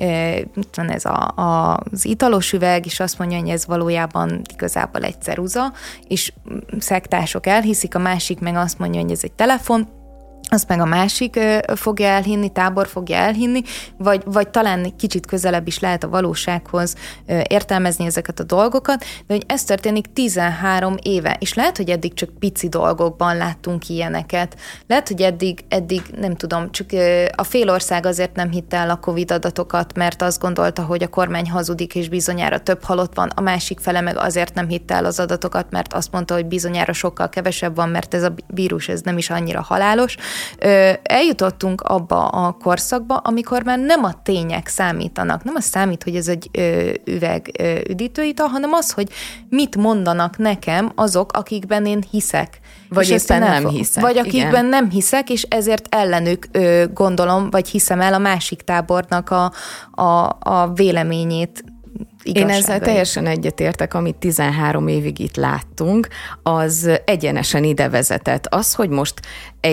mit van ez a, a, az italos üveg, és azt mondja, hogy ez valójában igazából egy ceruza, és szektások elhiszik, a másik meg azt mondja, hogy ez egy telefon, azt meg a másik fogja elhinni, tábor fogja elhinni, vagy, vagy talán kicsit közelebb is lehet a valósághoz értelmezni ezeket a dolgokat, de hogy ez történik tizenhárom éve, és lehet, hogy eddig csak pici dolgokban láttunk ilyeneket. Lehet, hogy eddig, eddig nem tudom, csak a fél ország azért nem hitte el a Covid adatokat, mert azt gondolta, hogy a kormány hazudik, és bizonyára több halott van, a másik fele meg azért nem hitte el az adatokat, mert azt mondta, hogy bizonyára sokkal kevesebb van, mert ez a vírus ez nem is annyira halálos. Eljutottunk abba a korszakba, amikor már nem a tények számítanak. Nem az számít, hogy ez egy üveg üdítőital, hanem az, hogy mit mondanak nekem azok, akikben én hiszek. Vagy éppen nem hiszek. Vagy akikben igen. nem hiszek, és ezért ellenük gondolom, vagy hiszem el a másik tábornak a, a, a véleményét. Én ezzel teljesen egyetértek, amit tizenhárom évig itt láttunk, az egyenesen ide vezetett. Az, hogy most egy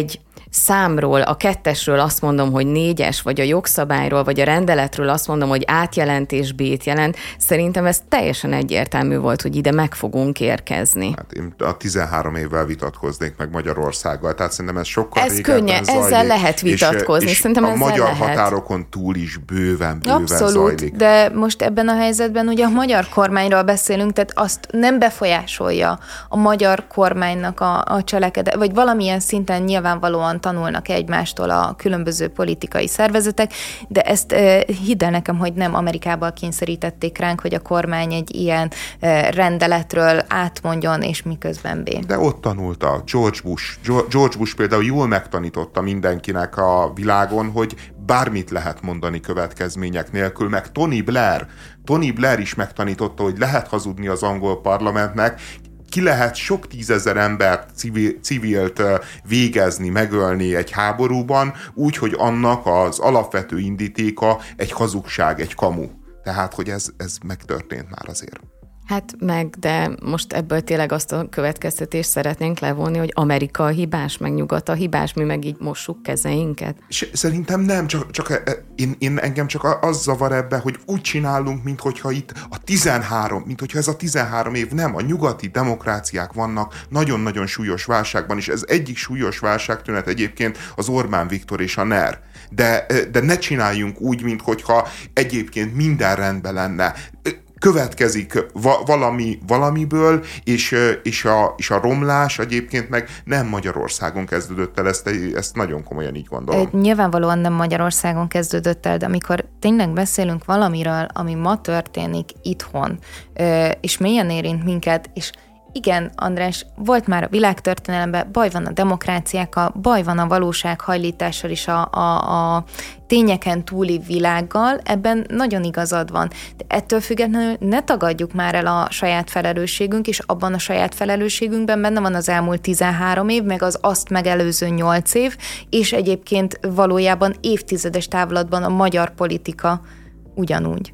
számról, a kettesről azt mondom, hogy négyes, vagy a jogszabályról, vagy a rendeletről azt mondom, hogy átjelentés B-t jelent, szerintem ez teljesen egyértelmű volt, hogy ide meg fogunk érkezni. Hát én a tizenhárom évvel vitatkoznék meg Magyarországgal, tehát szerintem ez sokkal ez régebben könnyen, zajlik. Ezzel lehet vitatkozni, és, és szerintem a ezzel magyar lehet. határokon túl is bőven, bőven Abszolút, zajlik. De most ebben a helyzetben ugye a magyar kormányról beszélünk, tehát azt nem befolyásolja a magyar kormánynak a, a cselekedet, vagy valamilyen szinten nyilvánvalóan tanulnak egymástól a különböző politikai szervezetek, de ezt e, hidd el nekem, hogy nem Amerikából kényszerítették ránk, hogy a kormány egy ilyen e, rendeletről átmondjon, és miközben B. De ott tanulta George Bush. George Bush például jól megtanította mindenkinek a világon, hogy bármit lehet mondani következmények nélkül, meg Tony Blair. Tony Blair is megtanította, hogy lehet hazudni az angol parlamentnek, ki lehet sok tízezer embert, civil, civilt végezni, megölni egy háborúban, úgy, hogy annak az alapvető indítéka egy hazugság, egy kamu. Tehát, hogy ez, ez megtörtént már azért. Hát meg, de most ebből tényleg azt a következtetést szeretnénk levonni, hogy Amerika a hibás, meg Nyugat a hibás, mi meg így mossuk kezeinket. Szerintem nem, csak, csak én, én engem csak az zavar ebbe, hogy úgy csinálunk, minthogyha itt a tizenhárom, minthogyha ez a tizenhárom év nem, a nyugati demokráciák vannak nagyon-nagyon súlyos válságban, és ez egyik súlyos válságtünet egyébként az Orbán Viktor és a NER. De, de ne csináljunk úgy, minthogyha egyébként minden rendben lenne. Következik va- valami valamiből, és, és, a, és a romlás egyébként meg nem Magyarországon kezdődött el, ezt, ezt nagyon komolyan így gondolom. Nyilvánvalóan nem Magyarországon kezdődött el, de amikor tényleg beszélünk valamiről, ami ma történik itthon, és mélyen érint minket, és igen, András, volt már a világtörténelemben, baj van a demokráciákkal, baj van a valósághajlítással is a, a, a tényeken túli világgal, ebben nagyon igazad van. De ettől függetlenül ne tagadjuk már el a saját felelősségünk, és abban a saját felelősségünkben benne van az elmúlt tizenhárom év, meg az azt megelőző nyolc év, és egyébként valójában évtizedes távlatban a magyar politika ugyanúgy.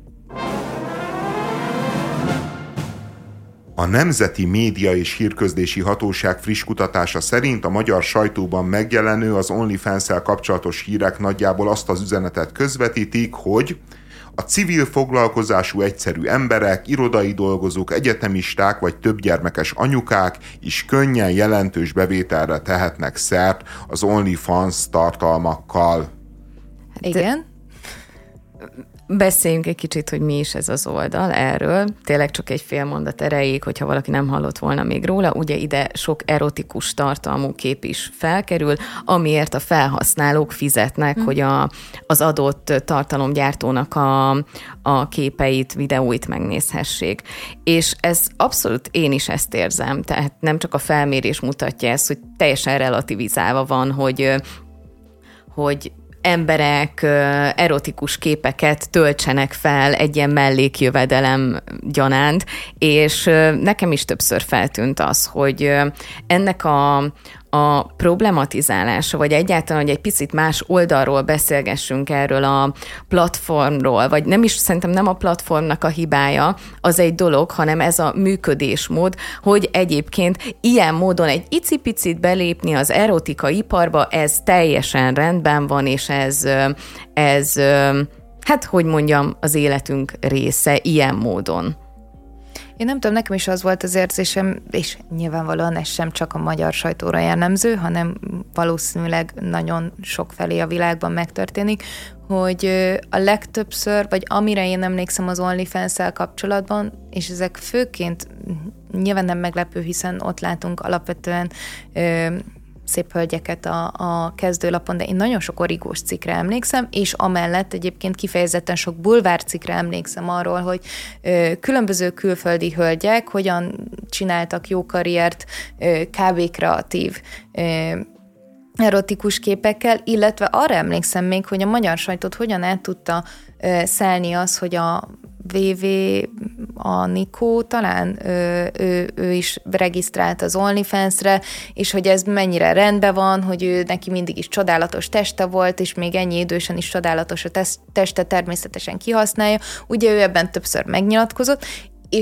A Nemzeti Média és Hírközlési Hatóság friss kutatása szerint a magyar sajtóban megjelenő az OnlyFans-szel kapcsolatos hírek nagyjából azt az üzenetet közvetítik, hogy a civil foglalkozású egyszerű emberek, irodai dolgozók, egyetemisták vagy többgyermekes anyukák is könnyen jelentős bevételre tehetnek szert az OnlyFans tartalmakkal. Igen. Beszéljünk egy kicsit, hogy mi is ez az oldal erről. Tényleg csak egy fél mondat erejéig, hogyha valaki nem hallott volna még róla. Ugye ide sok erotikus tartalmú kép is felkerül, amiért a felhasználók fizetnek, hmm. hogy a, az adott tartalomgyártónak a, a képeit, videóit megnézhessék. És ez abszolút én is ezt érzem. Tehát nem csak a felmérés mutatja ezt, hogy teljesen relativizálva van, hogy, hogy emberek erotikus képeket töltsenek fel egy ilyen mellékjövedelem gyanánt, és nekem is többször feltűnt az, hogy ennek a, a problematizálása, vagy egyáltalán, hogy egy picit más oldalról beszélgessünk erről a platformról, vagy nem is, szerintem nem a platformnak a hibája, az egy dolog, hanem ez a működésmód, hogy egyébként ilyen módon egy icipicit belépni az erotika iparba, ez teljesen rendben van, és ez, ez hát, hogy mondjam, az életünk része ilyen módon. Én nem tudom, nekem is az volt az érzésem, és nyilvánvalóan ez sem csak a magyar sajtóra jellemző, hanem valószínűleg nagyon sok felé a világban megtörténik, hogy a legtöbbször, vagy amire én emlékszem az OnlyFans-szel kapcsolatban, és ezek főként nyilván nem meglepő, hiszen ott látunk alapvetően ö, szép hölgyeket a, a kezdőlapon, de én nagyon sok origós cikkre emlékszem, és amellett egyébként kifejezetten sok bulvár cikkre emlékszem arról, hogy ö, különböző külföldi hölgyek hogyan csináltak jó karriert ö, kb. Kreatív ö, erotikus képekkel, illetve arra emlékszem még, hogy a magyar sajtót hogyan át tudta ö, szelni az, hogy a vé vé, a Nikó talán, ő, ő, ő is regisztrált az OnlyFans-re, és hogy ez mennyire rendben van, hogy ő neki mindig is csodálatos teste volt, és még ennyi idősen is csodálatos a teste természetesen kihasználja. Ugye ő ebben többször megnyilatkozott, és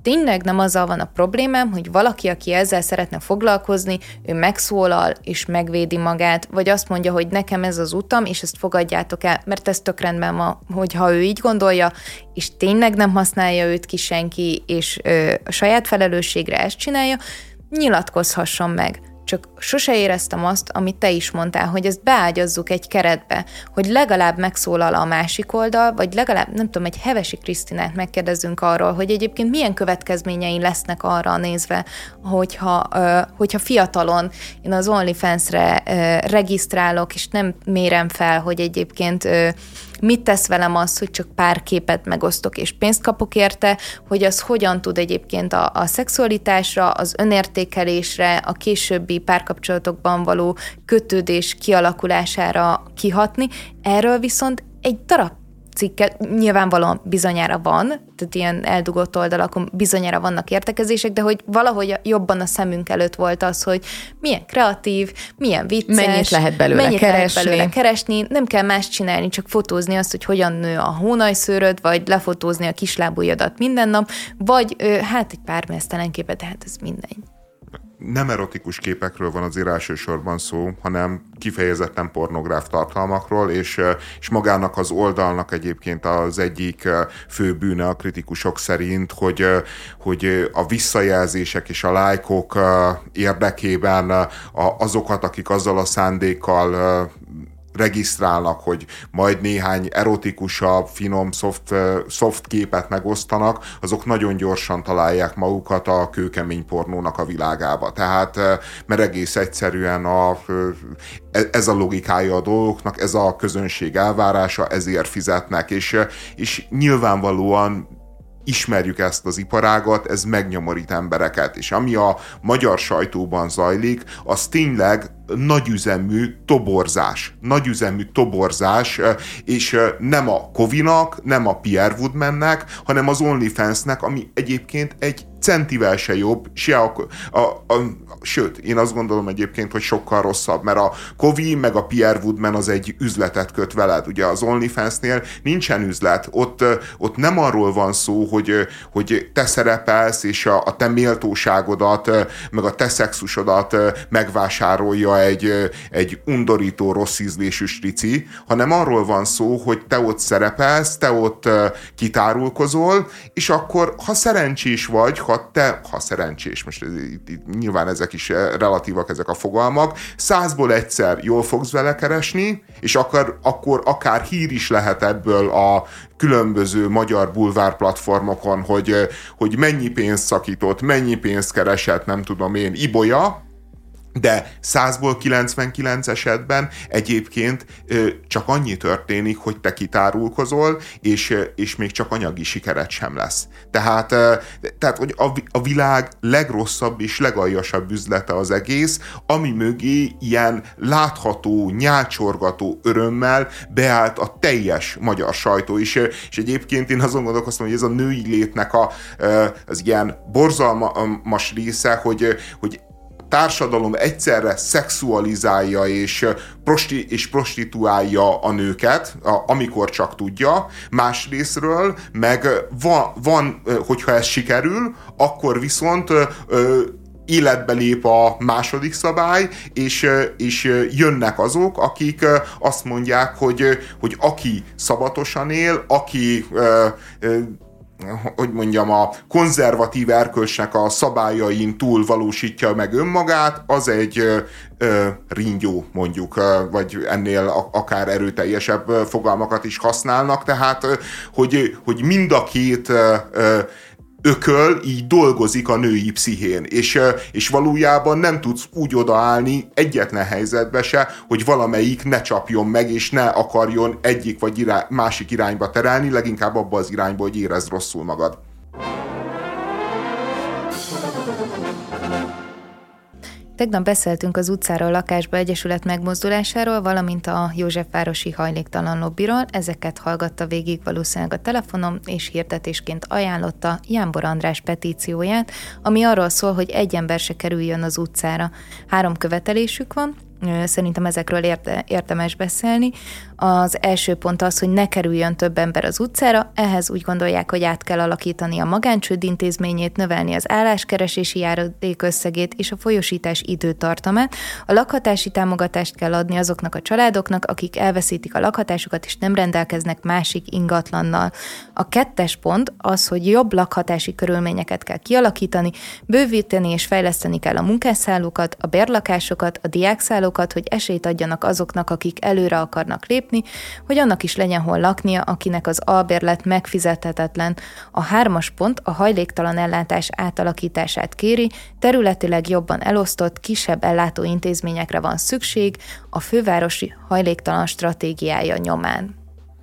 tényleg nem azzal van a problémám, hogy valaki, aki ezzel szeretne foglalkozni, ő megszólal és megvédi magát, vagy azt mondja, hogy nekem ez az utam, és ezt fogadjátok el, mert ez tök rendben van, hogyha ő így gondolja, és tényleg nem használja őt ki senki, és ö, a saját felelősségre ezt csinálja, nyilatkozhasson meg. Csak sose éreztem azt, amit te is mondtál, hogy ezt beágyazzuk egy keretbe, hogy legalább megszólal a másik oldal, vagy legalább, nem tudom, egy Hevesi Krisztinát megkérdezzünk arról, hogy egyébként milyen következményei lesznek arra nézve, hogyha, hogyha fiatalon én az OnlyFans-re regisztrálok, és nem mérem fel, hogy egyébként mit tesz velem az, hogy csak pár képet megosztok és pénzt kapok érte, hogy az hogyan tud egyébként a, a szexualitásra, az önértékelésre, a későbbi párkapcsolatokban való kötődés kialakulására kihatni. Erről viszont egy darab cikket nyilvánvalóan bizonyára van, tehát ilyen eldugott oldalakon bizonyára vannak értekezések, de hogy valahogy jobban a szemünk előtt volt az, hogy milyen kreatív, milyen vicces, mennyit lehet belőle, mennyit keresni. Lehet belőle keresni, nem kell más csinálni, csak fotózni azt, hogy hogyan nő a hónajszőröd, vagy lefotózni a kislábujjadat minden nap, vagy hát egy pár mesztelen képet, tehát ez mindegy. Nem erotikus képekről van azért elsősorban szó, hanem kifejezetten pornográf tartalmakról, és, és magának az oldalnak egyébként az egyik fő bűne a kritikusok szerint, hogy, hogy a visszajelzések és a lájkok érdekében azokat, akik azzal a szándékkal regisztrálnak, hogy majd néhány erotikusabb, finom, soft, soft képet megosztanak, azok nagyon gyorsan találják magukat a kőkemény pornónak a világába. Tehát, mert egész egyszerűen a, ez a logikája a dolgoknak, ez a közönség elvárása, ezért fizetnek, és, és nyilvánvalóan ismerjük ezt az iparágat, ez megnyomorít embereket, és ami a magyar sajtóban zajlik, az tényleg nagyüzemű toborzás. Nagyüzemű toborzás, és nem a Kovinak, nem a Pierre Woodmannek, hanem az OnlyFansnek, ami egyébként egy centivel se jobb, se a, a, a, sőt, én azt gondolom egyébként, hogy sokkal rosszabb, mert a Kovi meg a Pierre Woodman az egy üzletet köt veled. Ugye az OnlyFansnél nincsen üzlet, ott, ott nem arról van szó, hogy, hogy te szerepelsz, és a, a te méltóságodat, meg a te szexusodat megvásárolja egy, egy undorító, rossz ízlésű strici, hanem arról van szó, hogy te ott szerepelsz, te ott kitárulkozol, és akkor, ha szerencsés vagy, ha te, ha szerencsés, most itt, itt, nyilván ezek is relatívak, ezek a fogalmak, százból egyszer jól fogsz vele keresni, és akkor, akkor akár hír is lehet ebből a különböző magyar bulvár platformokon, hogy, hogy mennyi pénzt szakított, mennyi pénzt keresett, nem tudom én, Ibolya, de százból kilencvenkilenc esetben egyébként csak annyi történik, hogy te kitárulkozol, és, és még csak anyagi sikered sem lesz. Tehát, tehát hogy a, a világ legrosszabb és legaljasabb üzlete az egész, ami mögé ilyen látható, nyálcsorgató örömmel beállt a teljes magyar sajtó is, és egyébként én azon gondolkoztam, hogy ez a női létnek a, az ilyen borzalmas része, hogy, hogy társadalom egyszerre szexualizálja és, prosti- és prostituálja a nőket, a, amikor csak tudja, másrésztről meg van, van, hogyha ez sikerül, akkor viszont ö, életbe lép a második szabály, és, és jönnek azok, akik azt mondják, hogy, hogy aki szabatosan él, aki ö, ö, hogy mondjam, a konzervatív erkölcsnek a szabályain túl valósítja meg önmagát, az egy ö, ö, ringyó, mondjuk, ö, vagy ennél a, akár erőteljesebb fogalmakat is használnak, tehát, ö, hogy, hogy mind a két ö, ö, ököl így dolgozik a női pszichén, és, és valójában nem tudsz úgy odaállni egyetlen helyzetbe se, hogy valamelyik ne csapjon meg, és ne akarjon egyik vagy irány, másik irányba terelni, leginkább abba az irányba, hogy érezd rosszul magad. Tegnap beszéltünk az Utcáról lakásba egyesület megmozdulásáról, valamint a Józsefvárosi hajléktalan lobbiról. Ezeket hallgatta végig valószínűleg a telefonom, és hirdetésként ajánlotta Jámbor András petícióját, ami arról szól, hogy egy ember se kerüljön az utcára. Három követelésük van, szerintem ezekről érte, érdemes beszélni. Az első pont az, hogy ne kerüljön több ember az utcára, ehhez úgy gondolják, hogy át kell alakítani a magáncsőd intézményét, növelni az álláskeresési járadék összegét és a folyósítás időtartamát. A lakhatási támogatást kell adni azoknak a családoknak, akik elveszítik a lakhatásukat és nem rendelkeznek másik ingatlannal. A kettes pont az, hogy jobb lakhatási körülményeket kell kialakítani, bővíteni és fejleszteni kell a munkásszállókat, a bérlakásokat, a diákszállókat, hogy esélyt adjanak azoknak, akik előre akarnak lépni, hogy annak is legyen hol laknia, akinek az albérlet megfizethetetlen. A hármas pont a hajléktalan ellátás átalakítását kéri, területileg jobban elosztott, kisebb ellátóintézményekre van szükség a fővárosi hajléktalan stratégiája nyomán.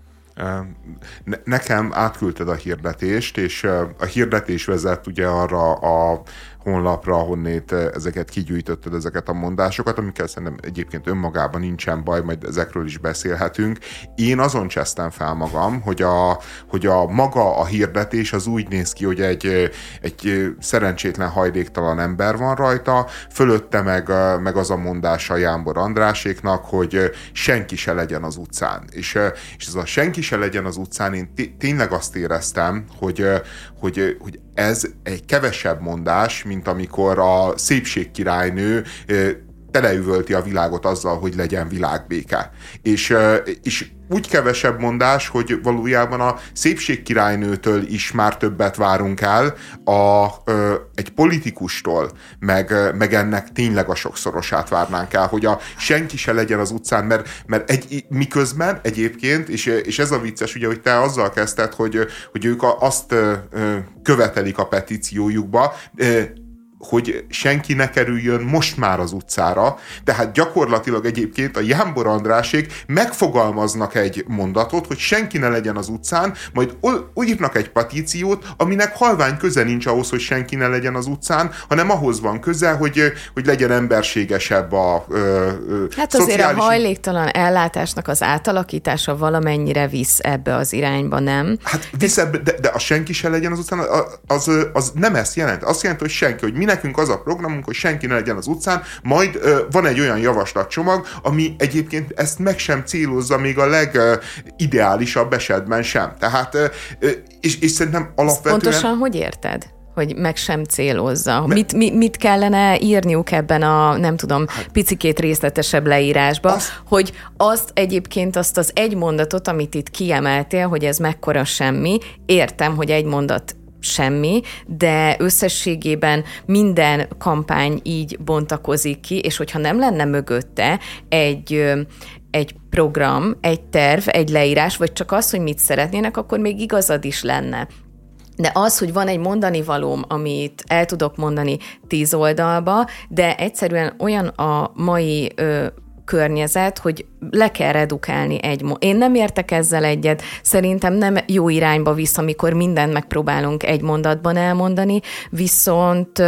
Nekem átküldted a hirdetést, és a hirdetés vezet ugye arra a honlapra, ahonnét ezeket kigyűjtötted, ezeket a mondásokat, amikkel szerintem egyébként önmagában nincsen baj, majd ezekről is beszélhetünk. Én azon csesztem fel magam, hogy a, hogy a maga a hirdetés az úgy néz ki, hogy egy, egy szerencsétlen hajléktalan ember van rajta, fölötte meg, meg az a mondása Jámbor Andráséknak, hogy senki se legyen az utcán. És, és ez a senki se legyen az utcán, én tényleg azt éreztem, hogy, hogy, hogy ez egy kevesebb mondás, mint amikor a szépségkirálynő teleüvölti a világot azzal, hogy legyen világbéke. És, és úgy kevesebb mondás, hogy valójában a szépségkirálynőtől is már többet várunk el, a, ö, egy politikustól, meg, meg ennek tényleg a sokszorosát várnánk el, hogy a senki se legyen az utcán, mert, mert egy, miközben egyébként, és, és ez a vicces, ugye, hogy te azzal kezdted, hogy, hogy ők azt ö, követelik a petíciójukba, ö, hogy senki ne kerüljön most már az utcára, tehát gyakorlatilag egyébként a Jámbor Andrásék megfogalmaznak egy mondatot, hogy senki ne legyen az utcán, majd úgy írnak egy petíciót, aminek halvány köze nincs ahhoz, hogy senki ne legyen az utcán, hanem ahhoz van köze, hogy, hogy legyen emberségesebb a ö, ö, Hát azért szociális... a hajléktalan ellátásnak az átalakítása valamennyire visz ebbe az irányba, nem? Hát visz ebbe, de, de a senki se legyen az utcán, az, az nem ezt jelent. Azt jelenti, hogy senki, hogy mi nekünk az a programunk, hogy senki ne legyen az utcán, majd ö, van egy olyan javaslatcsomag, ami egyébként ezt meg sem célozza még a legideálisabb esetben sem. Tehát, ö, és, és szerintem alapvetően... Pontosan hogy érted? Hogy meg sem célozza. Mit, mit, mit kellene írniuk ebben a, nem tudom, picikét részletesebb leírásba, az... hogy azt egyébként azt az egy mondatot, amit itt kiemeltél, hogy ez mekkora semmi, értem, hogy egy mondat semmi, de összességében minden kampány így bontakozik ki, és hogyha nem lenne mögötte egy, egy program, egy terv, egy leírás, vagy csak az, hogy mit szeretnének, akkor még igazad is lenne. De az, hogy van egy mondani valóm, amit el tudok mondani tíz oldalba, de egyszerűen olyan a mai ö, környezet, hogy le kell redukálni egy... Mo- Én nem értek ezzel egyet, szerintem nem jó irányba visz, amikor mindent megpróbálunk egy mondatban elmondani, viszont...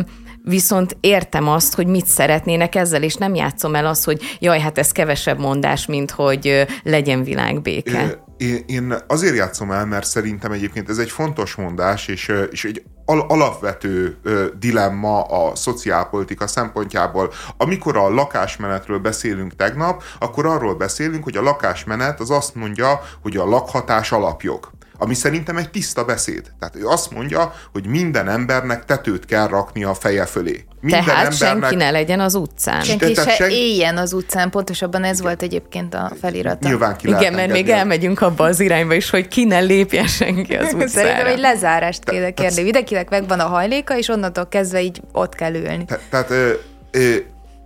Viszont értem azt, hogy mit szeretnének ezzel, és nem játszom el azt, hogy jaj, hát ez kevesebb mondás, mint hogy legyen világbéke. Én, én azért játszom el, mert szerintem egyébként ez egy fontos mondás, és, és egy al- alapvető dilemma a szociálpolitika szempontjából. Amikor a lakásmenetről beszélünk tegnap, akkor arról beszélünk, hogy a lakásmenet az azt mondja, hogy a lakhatás alapjog. Ami szerintem egy tiszta beszéd. Tehát ő azt mondja, hogy minden embernek tetőt kell rakni a feje fölé. Minden Tehát embernek... senki ne legyen az utcán. Senki se sen... éljen az utcán, pontosabban ez volt egyébként a felirata. Nyilván ki Igen, mert még elmegyünk abba az irányba is, hogy ki ne lépjen senki az utcára. Szerintem egy lezárást kéne kérni. Mindenkinek megvan a hajléka, és onnantól kezdve így ott kell ülni. Te, tehát ö, ö,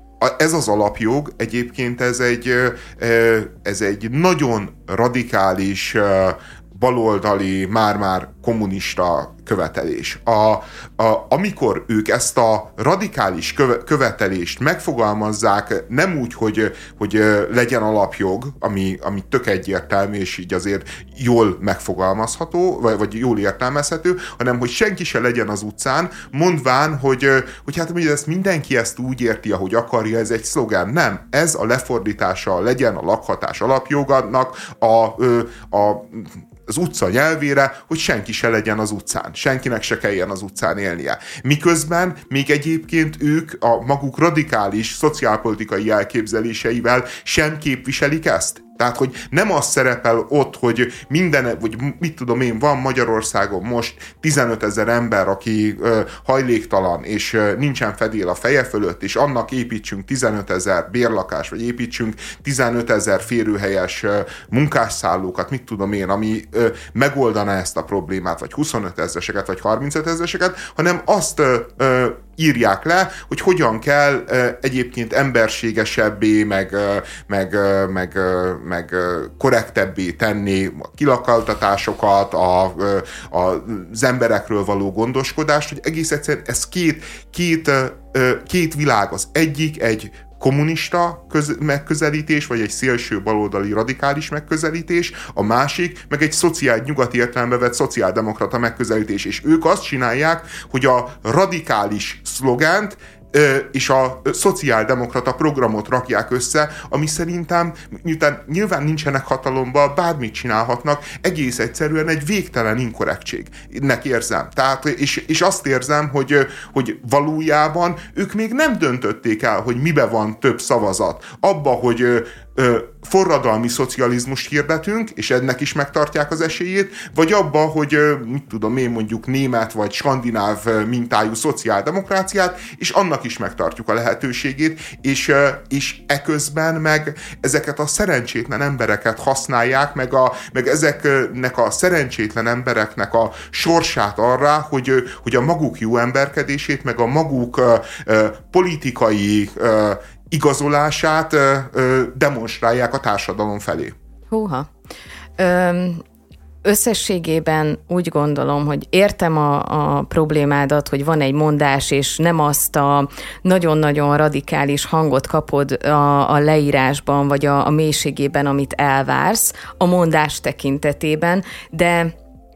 ez az alapjog, egyébként ez egy, ez egy nagyon radikális, baloldali, már-már kommunista követelés. A, a, amikor ők ezt a radikális köve, követelést megfogalmazzák, nem úgy, hogy, hogy legyen alapjog, ami, ami tök egyértelmű, és így azért jól megfogalmazható, vagy, vagy jól értelmezhető, hanem hogy senki se legyen az utcán, mondván, hogy, hogy hát hogy ezt mindenki ezt úgy érti, ahogy akarja, ez egy szlogán. Nem, ez a lefordítása legyen a lakhatás alapjogának a, a az utca nyelvére, hogy senki se legyen az utcán. Senkinek se kelljen az utcán élnie. Miközben még egyébként ők a maguk radikális szociálpolitikai elképzeléseivel sem képviselik ezt. Tehát, hogy nem az szerepel ott, hogy minden, vagy mit tudom én, van Magyarországon most tizenötezer ember, aki ö, hajléktalan, és ö, nincsen fedél a feje fölött, és annak építsünk tizenötezer bérlakást, vagy építsünk tizenötezer férőhelyes ö, munkásszállókat, mit tudom én, ami ö, megoldaná ezt a problémát, vagy huszonötezreseket, vagy harmincötezreseket, hanem azt ö, ö, írják le, hogy hogyan kell ö, egyébként emberségesebbé, meg, ö, meg, ö, meg, ö, meg ö, korrektebbé tenni a kilakoltatásokat, a, a, az emberekről való gondoskodást, hogy egész egyszerűen ez két, két, ö, két világ. Az egyik egy kommunista köz, megközelítés, vagy egy szélső baloldali radikális megközelítés, a másik meg egy szociál, nyugati értelembe vett szociáldemokrata megközelítés, és ők azt csinálják, hogy a radikális szlogent és a szociáldemokrata programot rakják össze, ami szerintem, miután nyilván nincsenek hatalomban, bármit csinálhatnak, egész egyszerűen egy végtelen inkorrektségnek érzem. Tehát, és, és azt érzem, hogy, hogy valójában ők még nem döntötték el, hogy mibe van több szavazat. Abba, hogy forradalmi szocializmust hirdetünk, és ennek is megtartják az esélyét, vagy abba, hogy mit tudom én, mondjuk német vagy skandináv mintájú szociáldemokráciát, és annak is megtartjuk a lehetőségét, és, és eközben meg ezeket a szerencsétlen embereket használják, meg, a, meg ezeknek a szerencsétlen embereknek a sorsát arra, hogy, hogy a maguk jó emberkedését, meg a maguk uh, politikai uh, igazolását ö, ö, demonstrálják a társadalom felé. Húha. Öm, összességében úgy gondolom, hogy értem a, a problémádat, hogy van egy mondás, és nem azt a nagyon-nagyon radikális hangot kapod a, a leírásban, vagy a, a mélységében, amit elvársz a mondás tekintetében, de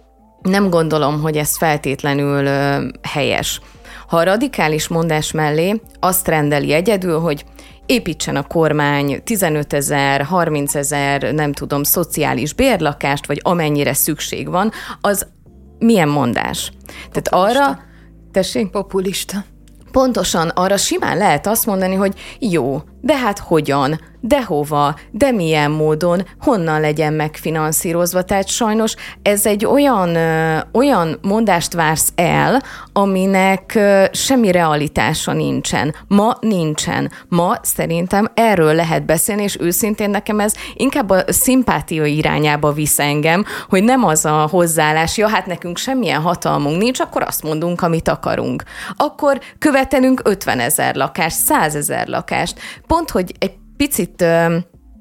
nem gondolom, hogy ez feltétlenül ö, helyes. Ha a radikális mondás mellé azt rendeli egyedül, hogy építsen a kormány tizenötezer, harmincezer, nem tudom, szociális bérlakást, vagy amennyire szükség van, az milyen mondás? Populista. Tehát arra... Tessék? Populista. Pontosan arra simán lehet azt mondani, hogy jó, de hát hogyan, de hova, de milyen módon, honnan legyen megfinanszírozva. Tehát sajnos ez egy olyan, ö, olyan mondást vársz el, aminek ö, semmi realitása nincsen. Ma nincsen. Ma szerintem erről lehet beszélni, és őszintén nekem ez inkább a szimpátia irányába visz engem, hogy nem az a hozzáállás, ja, hát nekünk semmilyen hatalmunk nincs, akkor azt mondunk, amit akarunk. Akkor követelünk ötvenezer lakást, százezer lakást. Pont, hogy egy picit ö,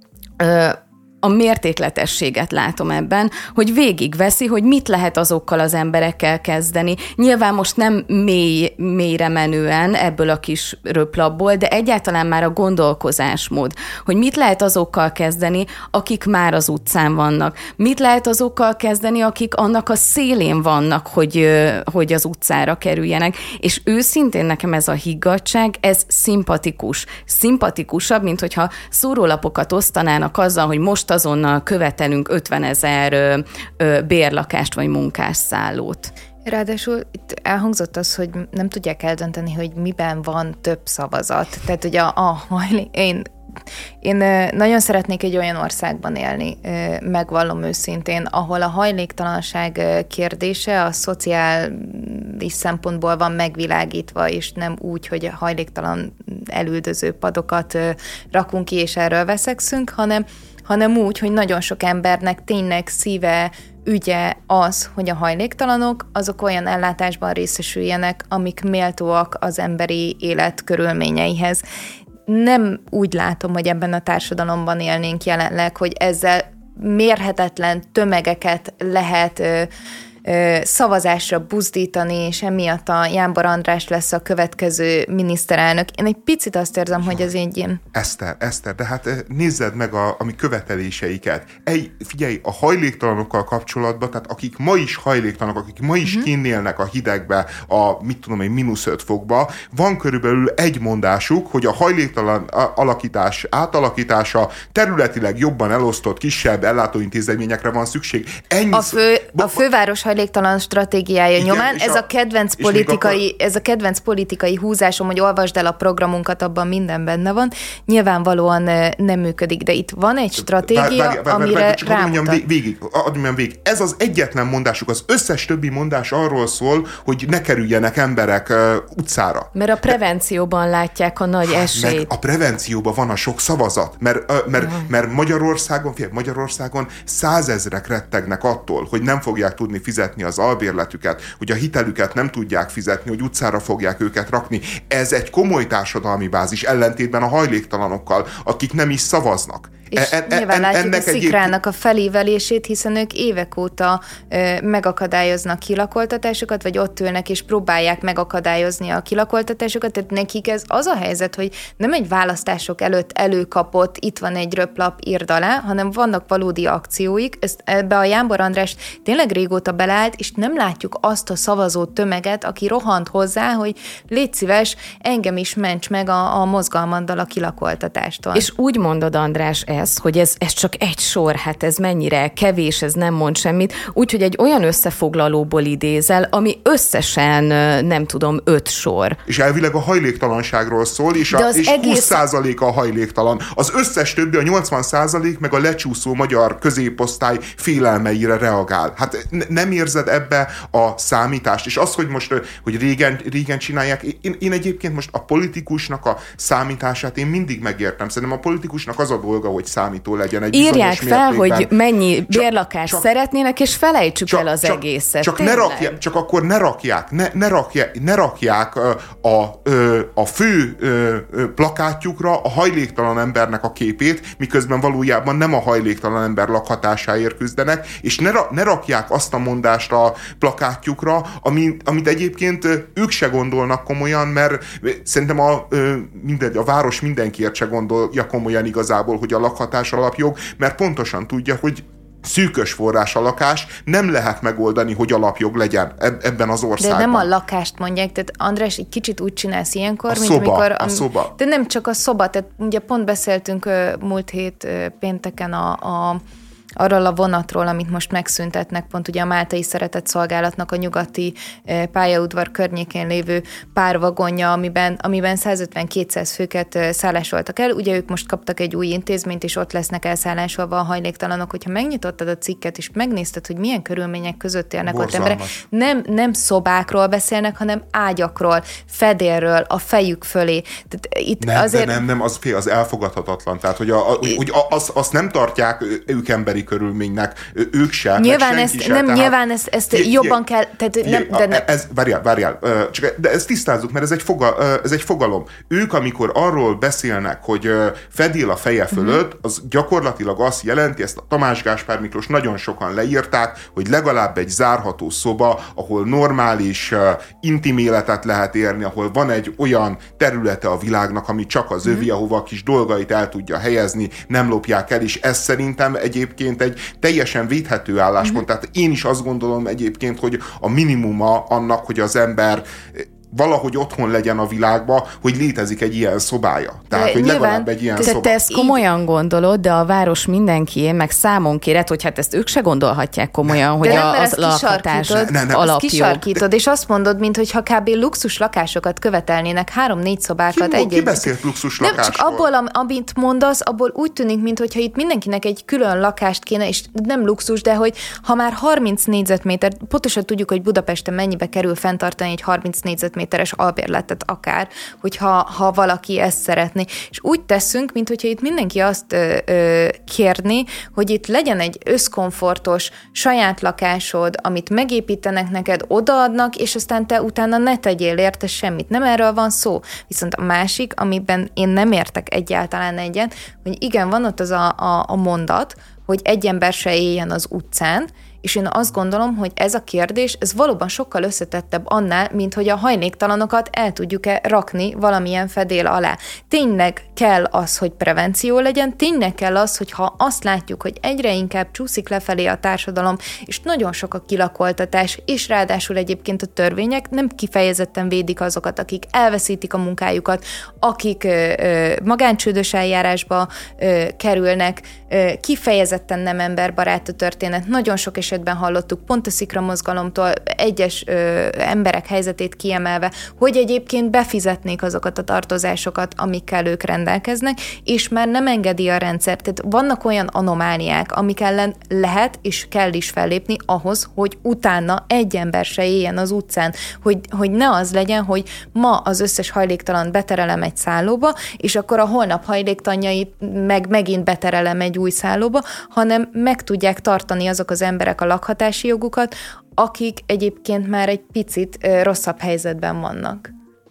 ö, a mértékletességet látom ebben, hogy végigveszi, hogy mit lehet azokkal az emberekkel kezdeni. Nyilván most nem mély, mélyre menően ebből a kis röplapból, de egyáltalán már a gondolkozásmód, hogy mit lehet azokkal kezdeni, akik már az utcán vannak. Mit lehet azokkal kezdeni, akik annak a szélén vannak, hogy, hogy az utcára kerüljenek. És őszintén nekem ez a higgadtság, ez szimpatikus. Szimpatikusabb, mint hogyha szórólapokat osztanának azzal, hogy most azonnal követelünk ötvenezer bérlakást vagy munkásszállót. Ráadásul itt elhangzott az, hogy nem tudják eldönteni, hogy miben van több szavazat. Tehát, hogy a, a hajlé... én, én nagyon szeretnék egy olyan országban élni, megvallom őszintén, ahol a hajléktalanság kérdése a szociális szempontból van megvilágítva, és nem úgy, hogy a hajléktalan elüldöző padokat rakunk ki, és erről veszekszünk, hanem hanem úgy, hogy nagyon sok embernek tényleg szíve, ügye az, hogy a hajléktalanok azok olyan ellátásban részesüljenek, amik méltóak az emberi élet körülményeihez. Nem úgy látom, hogy ebben a társadalomban élnénk jelenleg, hogy ezzel mérhetetlen tömegeket lehet ö, ö, szavazásra buzdítani, és emiatt a Jánbor András lesz a következő miniszterelnök. Én egy picit azt érzem, hogy ez egy ilyen... Eszter, Eszter, de hát nézzed meg a, a mi követeléseiket. Egy, figyelj, a hajléktalanokkal kapcsolatban, tehát akik ma is hajléktalanok, akik ma is uh-huh. kinnélnek a hidegbe, a mit tudom én, mínusz öt fokba, van körülbelül egy mondásuk, hogy a hajléktalan alakítás, átalakítása területileg jobban elosztott, kisebb ellátóintézményekre van szükség. Ennyi a, fő, a főváros hajléktalan stratégiája igen, nyomán. Ez a, a kedvenc politikai, akkor... ez a kedvenc politikai húzásom, hogy olvasd el a programunkat, abban minden benne van. Nyilvánvalóan nem működik, de itt van egy stratégia, várj, várj, várj, amire várj, rámutat. Végig, végig. Ez az egyetlen mondásuk, az összes többi mondás arról szól, hogy ne kerüljenek emberek uh, utcára. Mert a prevencióban látják a nagy hát, esélyt. A prevencióban van a sok szavazat, mert, uh, mert, uh. mert Magyarországon, figyelj, Magyarországon százezrek rettegnek attól, hogy nem fogják tudni fizetni az albérletüket, hogy a hitelüket nem tudják fizetni, hogy utcára fogják őket rakni. Ez egy komoly társadalmi bázis, ellentétben a hajléktalanokkal, akik nem is szavaznak. És en, en, nyilván látjuk ennek a szikrának egy... a felívelését, hiszen ők évek óta ö, megakadályoznak kilakoltatásokat, vagy ott ülnek és próbálják megakadályozni a kilakoltatásokat, tehát nekik ez az a helyzet, hogy nem egy választások előtt előkapott, itt van egy röplap, írd alá, hanem vannak valódi akcióik. Ezt, ebbe a Jámbor András tényleg régóta beleállt, és nem látjuk azt a szavazó tömeget, aki rohant hozzá, hogy légy szíves, engem is ments meg a, a mozgalmaddal a kilakoltatástól. És úgy mondod, András, ez, hogy ez, ez csak egy sor, hát ez mennyire kevés, ez nem mond semmit, úgyhogy egy olyan összefoglalóból idézel, ami összesen, nem tudom, öt sor. És elvileg a hajléktalanságról szól, és, a, és egész... húsz százalék a hajléktalan. Az összes többi, a nyolcvan százalék meg a lecsúszó magyar középosztály félelmeire reagál. Hát nem érzed ebbe a számítást, és az, hogy most, hogy régen, régen csinálják, én, én egyébként most a politikusnak a számítását én mindig megértem. Szerintem a politikusnak az a dolga, hogy számító legyen egy írják fel, mértékben. Hogy mennyi bérlakást csak, szeretnének, és felejtsük csak, el az csak, egészet. Csak, ne rakják, csak akkor ne rakják, ne, ne rakják, ne rakják a, a, a fő plakátjukra a hajléktalan embernek a képét, miközben valójában nem a hajléktalan ember lakhatásáért küzdenek, és ne, ne rakják azt a mondást a plakátjukra, amit, amit egyébként ők se gondolnak komolyan, mert szerintem a, minden, a város mindenkiért se gondolja komolyan igazából, hogy a lakhatás alapjog, mert pontosan tudja, hogy szűkös forrás a lakás, nem lehet megoldani, hogy alapjog legyen ebben az országban. De nem a lakást mondják, tehát András, egy kicsit úgy csinálsz ilyenkor, a mint szoba, amikor... A szoba. De nem csak a szoba, tehát ugye pont beszéltünk múlt hét pénteken a, a arról a vonatról, amit most megszüntetnek, pont ugye a Máltai Szeretetszolgálatnak a nyugati pályaudvar környékén lévő párvagonja, amiben, amiben százötven-kétszáz főket szállásoltak el. Ugye ők most kaptak egy új intézményt, és ott lesznek elszállásolva a hajléktalanok. Hogyha megnyitottad a cikket, és megnézted, hogy milyen körülmények között élnek ott emberek, nem, nem szobákról beszélnek, hanem ágyakról, fedélről, a fejük fölé. Tehát itt nem, azért... nem, nem, az, az elfogadhatatlan. Tehát, hogy, a, a, hogy az, azt nem tartják ők emberi körülménynek, ők sem. Nyilván ezt, sem, nem, tehát, nyilván ezt, ezt je, jobban je, kell, tehát je, nem, de nem. Ez, várjál, várjál, csak, de ezt tisztázzuk, mert ez egy, fogal, ez egy fogalom. Ők, amikor arról beszélnek, hogy fedél a feje fölött, az gyakorlatilag azt jelenti, ezt a Tamás Gáspár Miklós nagyon sokan leírták, hogy legalább egy zárható szoba, ahol normális, intim életet lehet érni, ahol van egy olyan területe a világnak, ami csak az övi, ahova a kis dolgait el tudja helyezni, nem lopják el, és ez szerintem egyébként egy teljesen védhető álláspont. Mm-hmm. Tehát én is azt gondolom egyébként, hogy a minimuma annak, hogy az ember valahogy otthon legyen a világba, hogy létezik egy ilyen szobája. Tehát, de hogy nyilván, legalább egy ilyen te, szoba. Te ezt komolyan gondolod, de a város mindenkié, meg számon kéred, hogy hát ezt ők se gondolhatják komolyan, hogy de a, nem, az lakhatás alapjog. Ezt kisarkítod, és azt mondod, mintha kb. Luxus lakásokat követelnének, három-négy szobákat. Ki, egy, ki beszélt luxus lakásról? Nem, csak abból, amit mondasz, abból úgy tűnik, mintha itt mindenkinek egy külön lakást kéne, és nem luxus, de hogy ha már harminc négyzetméter, pontosan tudjuk, hogy Budapesten mennyibe kerül fenntartani egy harminc négyzetméteres albérletet akár, hogyha ha valaki ezt szeretné. És úgy teszünk, mintha itt mindenki azt ö, ö, kérni, hogy itt legyen egy összkomfortos saját lakásod, amit megépítenek neked, odaadnak, és aztán te utána ne tegyél érte semmit. Nem erről van szó. Viszont a másik, amiben én nem értek egyáltalán egyet, hogy igen, van ott az a, a, a mondat, hogy egy ember se éljen az utcán, és én azt gondolom, hogy ez a kérdés, ez valóban sokkal összetettebb annál, mint hogy a hajléktalanokat el tudjuk-e rakni valamilyen fedél alá. Tényleg kell az, hogy prevenció legyen, tényleg kell az, hogy ha azt látjuk, hogy egyre inkább csúszik lefelé a társadalom, és nagyon sok a kilakoltatás, és ráadásul egyébként a törvények nem kifejezetten védik azokat, akik elveszítik a munkájukat, akik ö, ö, magáncsődös eljárásba ö, kerülnek, ö, kifejezetten nem emberbarát a történet, nagyon sok esetben esetben hallottuk, pont a Szikra mozgalomtól egyes ö, emberek helyzetét kiemelve, hogy egyébként befizetnék azokat a tartozásokat, amikkel ők rendelkeznek, és már nem engedi a rendszer. Tehát vannak olyan anomáliák, amik ellen lehet és kell is fellépni ahhoz, hogy utána egy ember se éljen az utcán, hogy, hogy ne az legyen, hogy ma az összes hajléktalan beterelem egy szállóba, és akkor a holnap hajléktalanjait meg megint beterelem egy új szállóba, hanem meg tudják tartani azok az emberek a lakhatási jogukat, akik egyébként már egy picit rosszabb helyzetben vannak.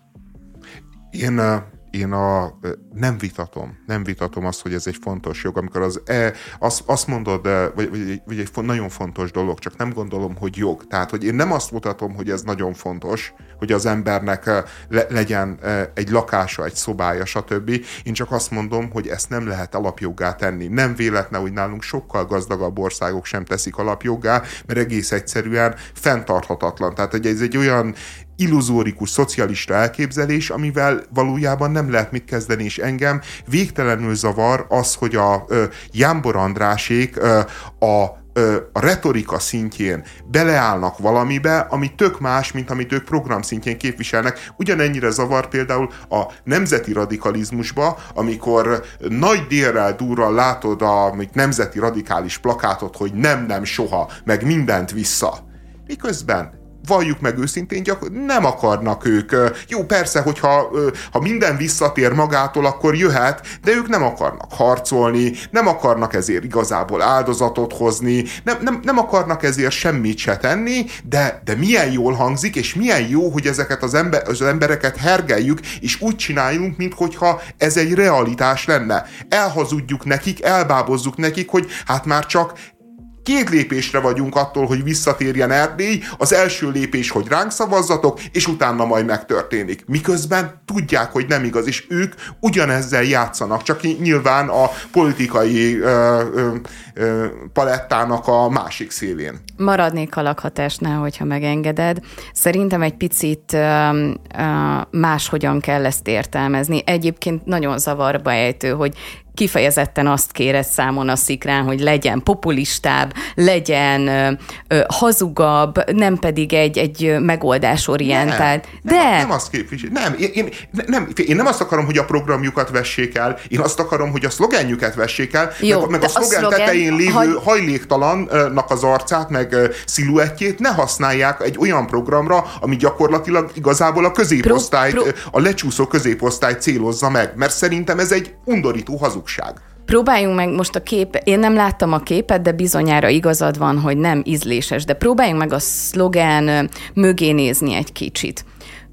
Én, én a, nem vitatom, nem vitatom azt, hogy ez egy fontos jog, amikor az, e, azt, azt mondod, vagy, vagy, vagy egy nagyon fontos dolog, csak nem gondolom, hogy jog. Tehát, hogy én nem azt mutatom, hogy ez nagyon fontos, hogy az embernek le, legyen egy lakása, egy szobája, stb. Én csak azt mondom, hogy ezt nem lehet alapjoggá tenni. Nem véletlen, hogy nálunk sokkal gazdagabb országok sem teszik alapjoggá, mert egész egyszerűen fenntarthatatlan. Tehát ez egy olyan illuzórikus szocialista elképzelés, amivel valójában nem lehet mit kezdeni, és engem végtelenül zavar az, hogy a ö, Jámbor Andrásék ö, a a retorika szintjén beleállnak valamibe, ami tök más, mint amit ők program szintjén képviselnek. Ugyanennyire zavar például a nemzeti radikalizmusba, amikor nagy délrel durral látod a nemzeti radikális plakátot, hogy nem, nem, soha, meg mindent vissza. Miközben valljuk meg őszintén, gyak, nem akarnak ők. Jó, persze, hogyha ha minden visszatér magától, akkor jöhet, de ők nem akarnak harcolni, nem akarnak ezért igazából áldozatot hozni, nem, nem, nem akarnak ezért semmit se tenni, de, de milyen jól hangzik, és milyen jó, hogy ezeket az, ember, az embereket hergeljük, és úgy csináljunk, minthogyha ez egy realitás lenne. Elhazudjuk nekik, elbábozzuk nekik, hogy hát már csak két lépésre vagyunk attól, hogy visszatérjen Erdély, az első lépés, hogy ránk szavazzatok, és utána majd megtörténik. Miközben tudják, hogy nem igaz, és ők ugyanezzel játszanak, csak nyilván a politikai ö, ö, ö, palettának a másik szélén. Maradnék a lakhatásnál, hogyha megengeded. Szerintem egy picit ö, ö, máshogyan kell ezt értelmezni. Egyébként nagyon zavarba ejtő, hogy kifejezetten azt kéred számon a Szikrán, hogy legyen populistább, legyen ö, ö, hazugabb, nem pedig egy, egy megoldásorientált. Nem, De... nem, nem azt képvisel. Nem én, én, nem, én nem azt akarom, hogy a programjukat vessék el, én azt akarom, hogy a szlogenjüket vessék el, Jó, meg, meg a szlogen, a szlogen tetején lévő hagy... hajléktalannak az arcát, meg sziluettjét ne használják egy olyan programra, ami gyakorlatilag igazából a középosztályt, pro, pro... a lecsúszó középosztályt célozza meg, mert szerintem ez egy undorító hazugság. Próbáljunk meg most a kép, én nem láttam a képet, de bizonyára igazad van, hogy nem ízléses, de próbáljunk meg a szlogán mögé nézni egy kicsit.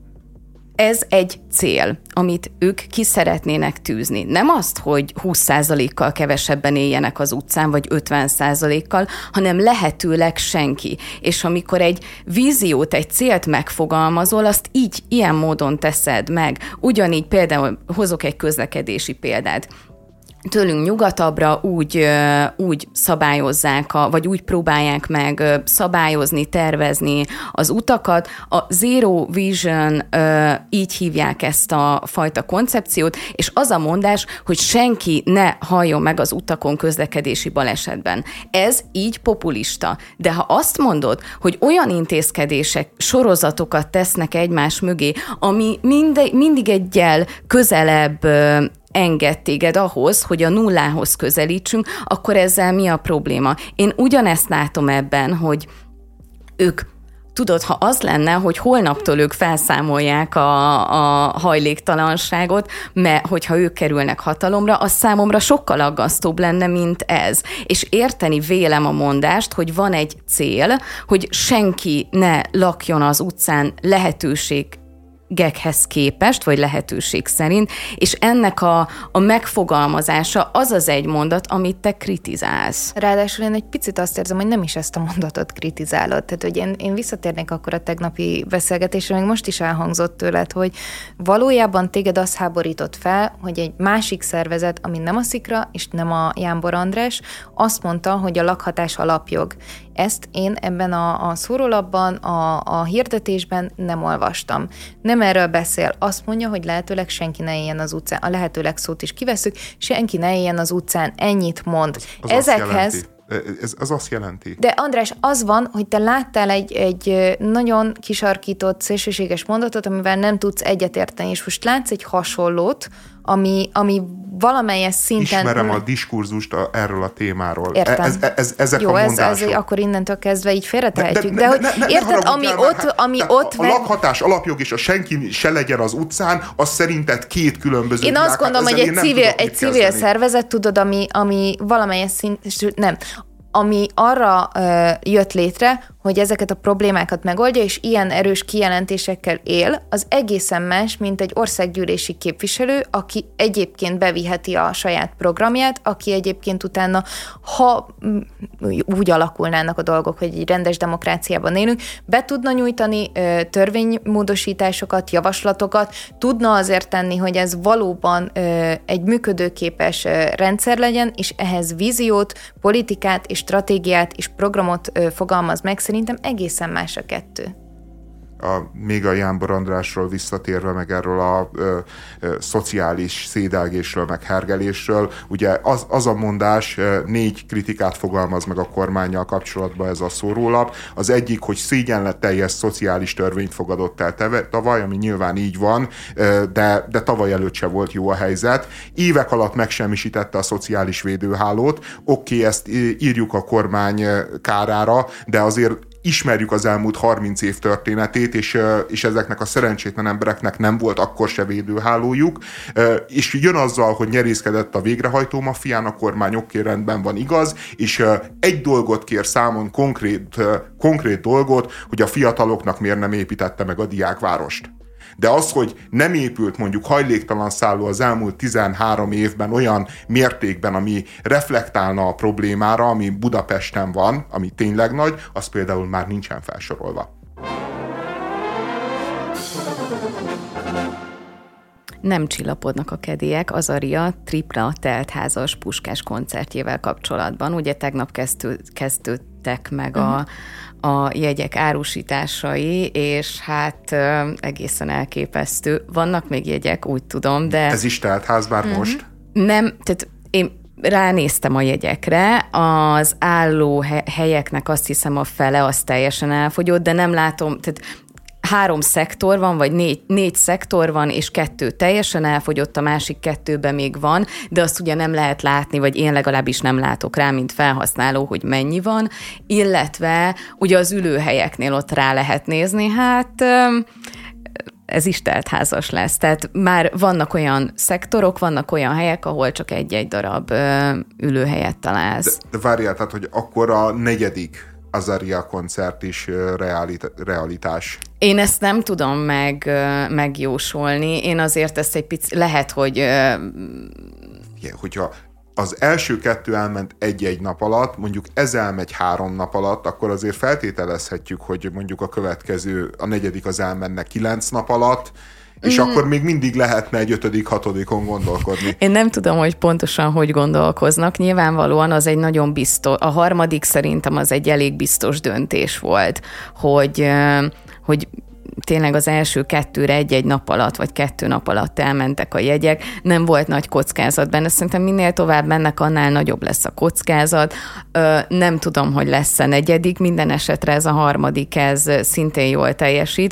Ez egy cél, amit ők ki szeretnének tűzni. Nem azt, hogy húsz százalékkal kevesebben éljenek az utcán, vagy ötven százalékkal, hanem lehetőleg senki. És amikor egy víziót, egy célt megfogalmazol, azt így, ilyen módon teszed meg. Ugyanígy például hozok egy közlekedési példát. Tőlünk nyugatabbra úgy, úgy szabályozzák, a, vagy úgy próbálják meg szabályozni, tervezni az utakat. A Zero Vision, így hívják ezt a fajta koncepciót, és az a mondás, hogy senki ne halljon meg az utakon közlekedési balesetben. Ez így populista. De ha azt mondod, hogy olyan intézkedések, sorozatokat tesznek egymás mögé, ami mindig, mindig egyel közelebb enged téged ahhoz, hogy a nullához közelítsünk, akkor ezzel mi a probléma? Én ugyanezt látom ebben, hogy ők, tudod, ha az lenne, hogy holnaptól ők felszámolják a, a hajléktalanságot, mert hogyha ők kerülnek hatalomra, az számomra sokkal aggasztóbb lenne, mint ez. És érteni vélem a mondást, hogy van egy cél, hogy senki ne lakjon az utcán lehetőség gekhez képest, vagy lehetőség szerint, és ennek a, a megfogalmazása az az egy mondat, amit te kritizálsz. Ráadásul én egy picit azt érzem, hogy nem is ezt a mondatot kritizálod. Tehát, hogy én, én visszatérnék akkor a tegnapi beszélgetésre, meg most is elhangzott tőled, hogy valójában téged az háborított fel, hogy egy másik szervezet, ami nem a Szikra, és nem a Jámbor András, azt mondta, hogy a lakhatás alapjog. Ezt én ebben a, a szórólapban, a, a hirdetésben nem olvastam. Nem erről beszél. Azt mondja, hogy lehetőleg senki ne éljen az utcán. A lehetőleg szót is kivesszük, senki ne éljen az utcán. Ennyit mond. Az Ezekhez... Ez, ez azt jelenti. De András, az van, hogy te láttál egy, egy nagyon kisarkított, szélsőséges mondatot, amivel nem tudsz egyetérteni, és most látsz egy hasonlót, ami, ami valamelyes szinten... Ismerem a diskurzust a, erről a témáról. Értem. Ez, ez, ezek Jó, a ez, mondások. ez akkor innentől kezdve így félretehetjük. De, de, de, de, hogy ne, ne, érted, ne ami el, ott, hát, ami ott... A, a lakhatás alapjog és a senki se legyen az utcán, az szerinted két különböző Én világ. azt gondolom, hát hogy egy civil, egy civil kezdeni. szervezet, tudod, ami, ami valamelyes szint... Nem, ami arra ö, jött létre, hogy ezeket a problémákat megoldja, és ilyen erős kijelentésekkel él, az egészen más, mint egy országgyűlési képviselő, aki egyébként beviheti a saját programját, aki egyébként utána, ha úgy alakulnának a dolgok, hogy egy rendes demokráciában élünk, be tudna nyújtani ö, törvénymódosításokat, javaslatokat, tudna azért tenni, hogy ez valóban ö, egy működőképes ö, rendszer legyen, és ehhez víziót, politikát és stratégiát és programot ö, fogalmaz meg. Szerintem egészen más a kettő. A, még a Jánbor Andrásról visszatérve, meg erről a ö, ö, szociális szédelgésről, meg hergelésről, ugye az, az a mondás ö, négy kritikát fogalmaz meg a kormánnyal kapcsolatban ez a szórólap. Az egyik, hogy szégyenletteljes szociális törvényt fogadott el teve, tavaly, ami nyilván így van, ö, de, de tavaly előtt se volt jó a helyzet. Évek alatt megsemmisítette a szociális védőhálót. Oké, okay, ezt írjuk a kormány kárára, de azért ismerjük az elmúlt harminc év történetét, és, és ezeknek a szerencsétlen embereknek nem volt akkor se védőhálójuk, és jön azzal, hogy nyerészkedett a végrehajtó mafián, a kormány oké, rendben van, igaz, és egy dolgot kér számon, konkrét, konkrét dolgot, hogy a fiataloknak miért nem építette meg a diákvárost. De az, hogy nem épült mondjuk hajléktalan szálló az elmúlt tizenhárom évben olyan mértékben, ami reflektálna a problémára, ami Budapesten van, ami tényleg nagy, az például már nincsen felsorolva. Nem csillapodnak a kedélyek Azaria tripla teltházas Puskás koncertjével kapcsolatban. Ugye tegnap kezdtő, kezdődtek meg a, a jegyek árusításai, és hát egészen elképesztő. Vannak még jegyek, úgy tudom, de... Ez is teltház bár uh-huh. most? Nem, tehát én ránéztem a jegyekre, az álló helyeknek azt hiszem a fele az teljesen elfogyott, de nem látom, tehát három szektor van, vagy négy, négy szektor van, és kettő teljesen elfogyott, a másik kettőben még van, de azt ugye nem lehet látni, vagy én legalábbis nem látok rá, mint felhasználó, hogy mennyi van, illetve ugye az ülőhelyeknél ott rá lehet nézni, hát ez is teltházas lesz. Tehát már vannak olyan szektorok, vannak olyan helyek, ahol csak egy-egy darab ülőhelyet találsz. De, de várjál, tehát, hogy akkor a negyedik Azaria koncert is realitás. Én ezt nem tudom meg, megjósolni. Én azért ezt egy picit, lehet, hogy... Igen, hogyha az első kettő elment egy-egy nap alatt, mondjuk ez elmegy három nap alatt, akkor azért feltételezhetjük, hogy mondjuk a következő, a negyedik az elmenne kilenc nap alatt, és mm. akkor még mindig lehetne egy ötödik, hatodikon gondolkodni. Én nem tudom, hogy pontosan hogy gondolkoznak. Nyilvánvalóan az egy nagyon biztos, a harmadik szerintem az egy elég biztos döntés volt, hogy, hogy tényleg az első kettőre egy-egy nap alatt, vagy kettő nap alatt elmentek a jegyek, nem volt nagy kockázat benne. Szerintem minél tovább mennek, annál nagyobb lesz a kockázat. Nem tudom, hogy lesz a negyedik, minden esetre ez a harmadik, ez szintén jól teljesít.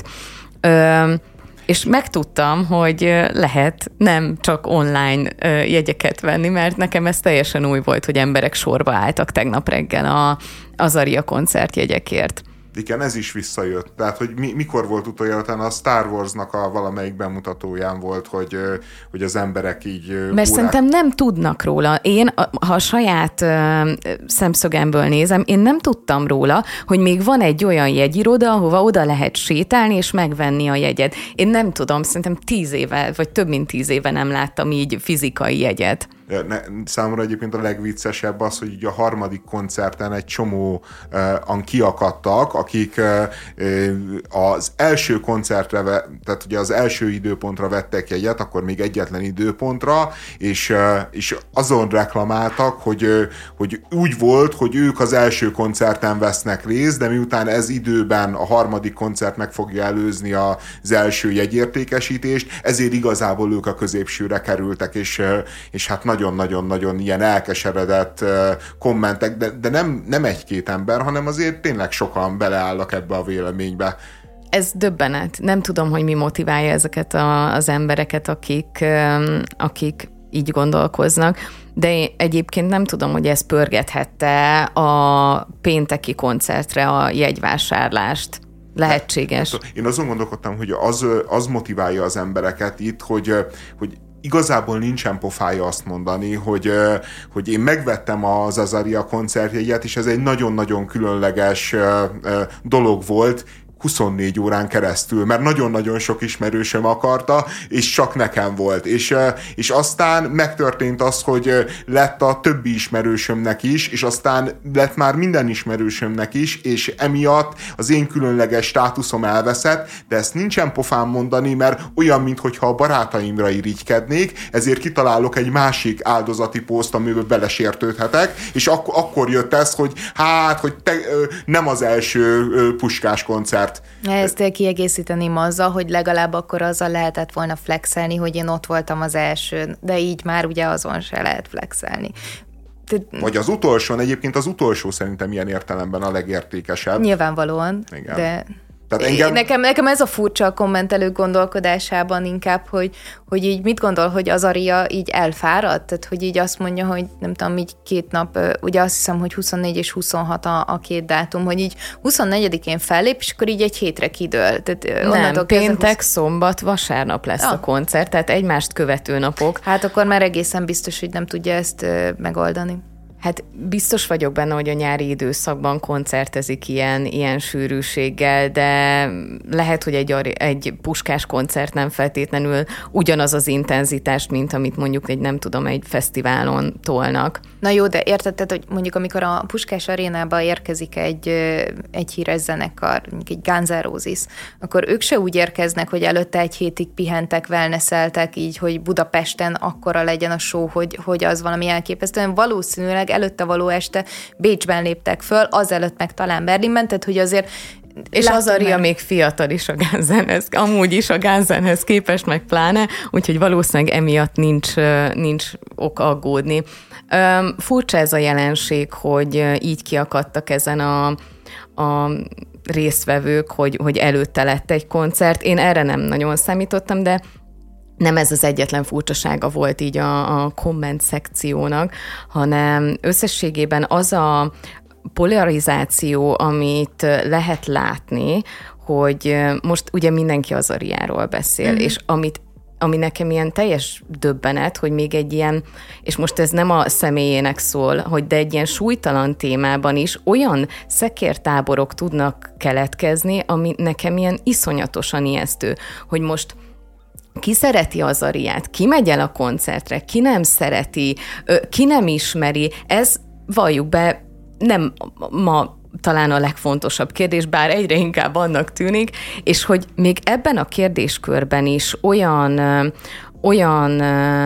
És megtudtam, hogy lehet nem csak online jegyeket venni, mert nekem ez teljesen új volt, hogy emberek sorba álltak tegnap reggel a Azaria koncertjegyekért. Igen, ez is visszajött. Tehát, hogy mi, mikor volt utoljára, a Star Warsnak a valamelyik bemutatóján volt, hogy, hogy az emberek így... Mert órák... szerintem nem tudnak róla. Én, ha a saját uh, szemszögemből nézem, én nem tudtam róla, hogy még van egy olyan jegyiroda, ahova oda lehet sétálni és megvenni a jegyet. Én nem tudom, szerintem tíz éve, vagy több mint tíz éve nem láttam így fizikai jegyet. Ne, számomra egyébként a legviccesebb az, hogy ugye a harmadik koncerten egy csomóan uh, kiakadtak, akik uh, az első koncertre, tehát ugye az első időpontra vettek jegyet, akkor még egyetlen időpontra, és, uh, és azon reklamáltak, hogy, uh, hogy úgy volt, hogy ők az első koncerten vesznek részt, de miután ez időben a harmadik koncert meg fogja előzni az első jegyértékesítést, ezért igazából ők a középsőre kerültek, és, uh, és hát nagyon-nagyon-nagyon ilyen elkeseredett kommentek, de, de nem, nem egy-két ember, hanem azért tényleg sokan beleállnak ebbe a véleménybe. Ez döbbenet. Nem tudom, hogy mi motiválja ezeket a, az embereket, akik, akik így gondolkoznak, de én egyébként nem tudom, hogy ez pörgethette a pénteki koncertre a jegyvásárlást. Lehetséges. Én azon gondolkodtam, hogy az, az motiválja az embereket itt, hogy, hogy igazából nincsen pofája azt mondani, hogy, hogy én megvettem az Azaria koncertjegyet, és ez egy nagyon-nagyon különleges dolog volt, huszonnégy órán keresztül, mert nagyon-nagyon sok ismerősöm akarta, és csak nekem volt. És, és aztán megtörtént az, hogy lett a többi ismerősömnek is, és aztán lett már minden ismerősömnek is, és emiatt az én különleges státuszom elveszett, de ezt nincsen pofán mondani, mert olyan, mintha a barátaimra irigykednék, ezért kitalálok egy másik áldozati poszt, amiben belesértődhetek, és ak- akkor jött ez, hogy hát, hogy te, nem az első Puskás koncert. Ezt kiegészíteném azzal, hogy legalább akkor azzal lehetett volna flexelni, hogy én ott voltam az elsőn, de így már ugye azon se lehet flexelni. Vagy az utolsón, egyébként az utolsó szerintem ilyen értelemben a legértékesebb. Nyilvánvalóan, igen. De... Tehát engem... nekem, nekem ez a furcsa a kommentelők gondolkodásában inkább, hogy, hogy így mit gondol, hogy Azaria így elfáradt? Tehát, hogy így azt mondja, hogy nem tudom, így két nap, ugye azt hiszem, hogy huszonnégy és huszonhat a, a két dátum, hogy így huszonnegyedikén fellép, és akkor így egy hétre kidől. Tehát nem, péntek, húsz... szombat, vasárnap lesz ja. a koncert, tehát egymást követő napok. Hát akkor már egészen biztos, hogy nem tudja ezt megoldani. Hát biztos vagyok benne, hogy a nyári időszakban koncertezik ilyen, ilyen sűrűséggel, de lehet, hogy egy, egy Puskás koncert nem feltétlenül ugyanaz az intenzitás, mint amit mondjuk egy, nem tudom, egy fesztiválon tolnak. Na jó, de érted, hogy mondjuk amikor a Puskás arénába érkezik egy, egy híres zenekar, mondjuk egy Guns N' Roses, akkor ők se úgy érkeznek, hogy előtte egy hétig pihentek, wellnesseltek, így, hogy Budapesten akkora legyen a show, hogy, hogy az valami elképesztően. Valószínűleg előtte való este Bécsben léptek föl, azelőtt meg talán Berlinben, tehát hogy azért... És Azaria meg... még fiatal is a Guns N' Roses, amúgy is a Guns N' Roses képest, meg pláne, úgyhogy valószínűleg emiatt nincs, nincs ok aggódni. Um, furcsa ez a jelenség, hogy így kiakadtak ezen a, a résztvevők, hogy, hogy előtte lett egy koncert. Én erre nem nagyon számítottam, de nem ez az egyetlen furcsasága volt így a, a komment szekciónak, hanem összességében az a polarizáció, amit lehet látni, hogy most ugye mindenki Azariáról beszél, mm. és amit ami nekem ilyen teljes döbbenet, hogy még egy ilyen, és most ez nem a személyének szól, hogy de egy ilyen súlytalan témában is olyan szekértáborok tudnak keletkezni, ami nekem ilyen iszonyatosan ijesztő, hogy most ki szereti Azariát, ki megy el a koncertre, ki nem szereti, ki nem ismeri, ez valljuk be nem ma talán a legfontosabb kérdés, bár egyre inkább annak tűnik, és hogy még ebben a kérdéskörben is olyan, olyan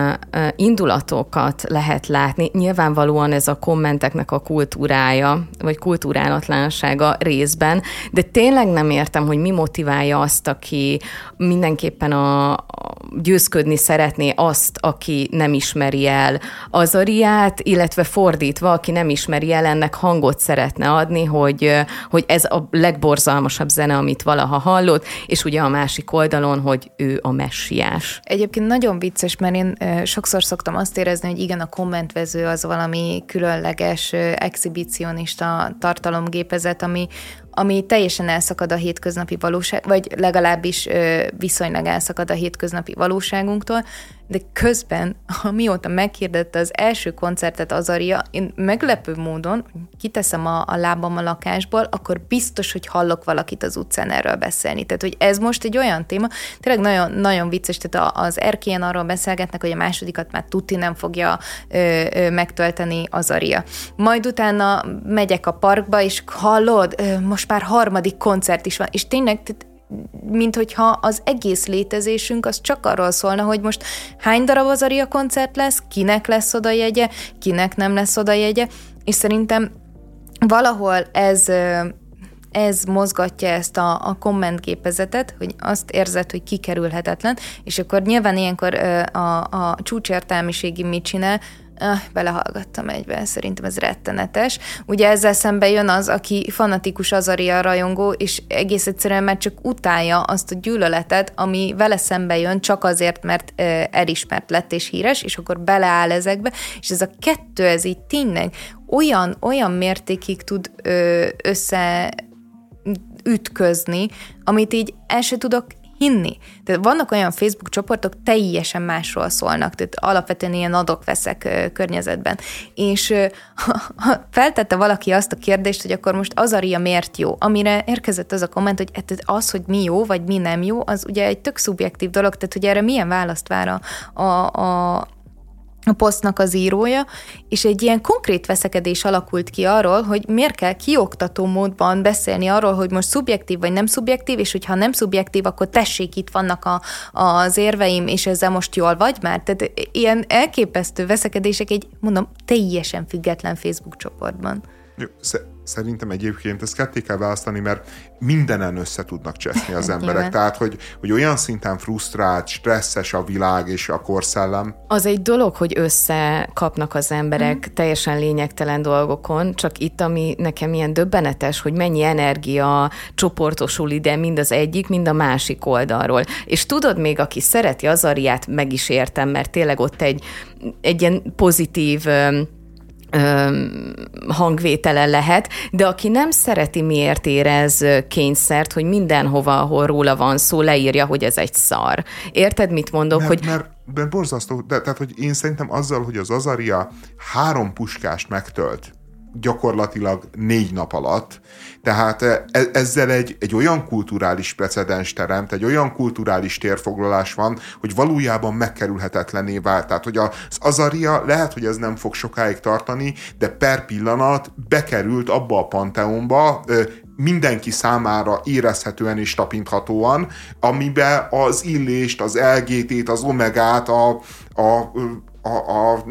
indulatokat lehet látni. Nyilvánvalóan ez a kommenteknek a kultúrája, vagy kulturálatlansága részben, de tényleg nem értem, hogy mi motiválja azt, aki mindenképpen a, a győzködni szeretné azt, aki nem ismeri el Azariát, illetve fordítva, aki nem ismeri el, ennek hangot szeretne adni, hogy, hogy ez a legborzalmasabb zene, amit valaha hallott, és ugye a másik oldalon, hogy ő a messiás. Egyébként nagyon vicces, mert én sokszor szoktam azt érezni, hogy igen, a kommentvező az valami különleges exhibicionista tartalomgépezet, ami, ami teljesen elszakad a hétköznapi valóság, vagy legalábbis viszonylag elszakad a hétköznapi valóságunktól, de közben, amióta meghirdette az első koncertet Azaria, én meglepő módon kiteszem a, a lábam a lakásból, akkor biztos, hogy hallok valakit az utcán erről beszélni. Tehát, hogy ez most egy olyan téma, tényleg nagyon, nagyon vicces, tehát az erkélyen arról beszélgetnek, hogy a másodikat már tuti nem fogja ö, ö, megtölteni Azaria. Majd utána megyek a parkba, és hallod, ö, most már harmadik koncert is van, és tényleg, tehát mint hogyha az egész létezésünk az csak arról szólna, hogy most hány darab Azaria koncert lesz, kinek lesz oda jegye, kinek nem lesz oda jegye, és szerintem valahol ez, ez mozgatja ezt a, a kommentgépezetet, hogy azt érzed, hogy kikerülhetetlen, és akkor nyilván ilyenkor a, a csúcsértelmiségi mit csinál, Ah, belehallgattam egybe, szerintem ez rettenetes. Ugye ezzel szemben jön az, aki fanatikus Azaria rajongó, és egész egyszerűen már csak utálja azt a gyűlöletet, ami vele szembe jön, csak azért, mert uh, elismert lett és híres, és akkor beleáll ezekbe, és ez a kettő, ez így tényleg olyan, olyan mértékig tud uh, összeütközni, amit így el se tudok hinni. Tehát vannak olyan Facebook csoportok, teljesen másról szólnak, tehát alapvetően ilyen adok-veszek környezetben. És ha feltette valaki azt a kérdést, hogy akkor most Azaria miért jó, amire érkezett az a komment, hogy az, hogy mi jó, vagy mi nem jó, az ugye egy tök szubjektív dolog, tehát hogy erre milyen választ vár a, a, a a posztnak az írója, és egy ilyen konkrét veszekedés alakult ki arról, hogy miért kell kioktató módban beszélni arról, hogy most szubjektív vagy nem szubjektív, és hogyha nem szubjektív, akkor tessék, itt vannak a, az érveim, és ezzel most jól vagy már. Tehát ilyen elképesztő veszekedések egy, mondom, teljesen független Facebook csoportban. Jó, szerintem egyébként ezt ketté kell választani, mert mindenen össze tudnak cseszni az emberek. Tehát, hogy, hogy olyan szinten frusztrált, stresszes a világ és a korszellem. Az egy dolog, hogy összekapnak az emberek mm. teljesen lényegtelen dolgokon, csak itt, ami nekem ilyen döbbenetes, hogy mennyi energia csoportosul ide mind az egyik, mind a másik oldalról. És tudod, még aki szereti Azariát, meg is értem, mert tényleg ott egy, egy ilyen pozitív hangvétele lehet, de aki nem szereti, miért érez kényszert, hogy mindenhova, ahol róla van szó, leírja, hogy ez egy szar. Érted, mit mondok? Mert, hogy... mert, mert borzasztó, de, tehát, hogy én szerintem azzal, hogy az Azaria három puskást megtölt, gyakorlatilag négy nap alatt. Tehát ezzel egy, egy olyan kulturális precedens teremt, egy olyan kulturális térfoglalás van, hogy valójában megkerülhetetlenné vált. Tehát, hogy az Azaria lehet, hogy ez nem fog sokáig tartani, de per pillanat bekerült abba a panteonba, mindenki számára érezhetően és tapinthatóan, amiben az Illést, az el gé té-t, az Omegát, a, a A, a,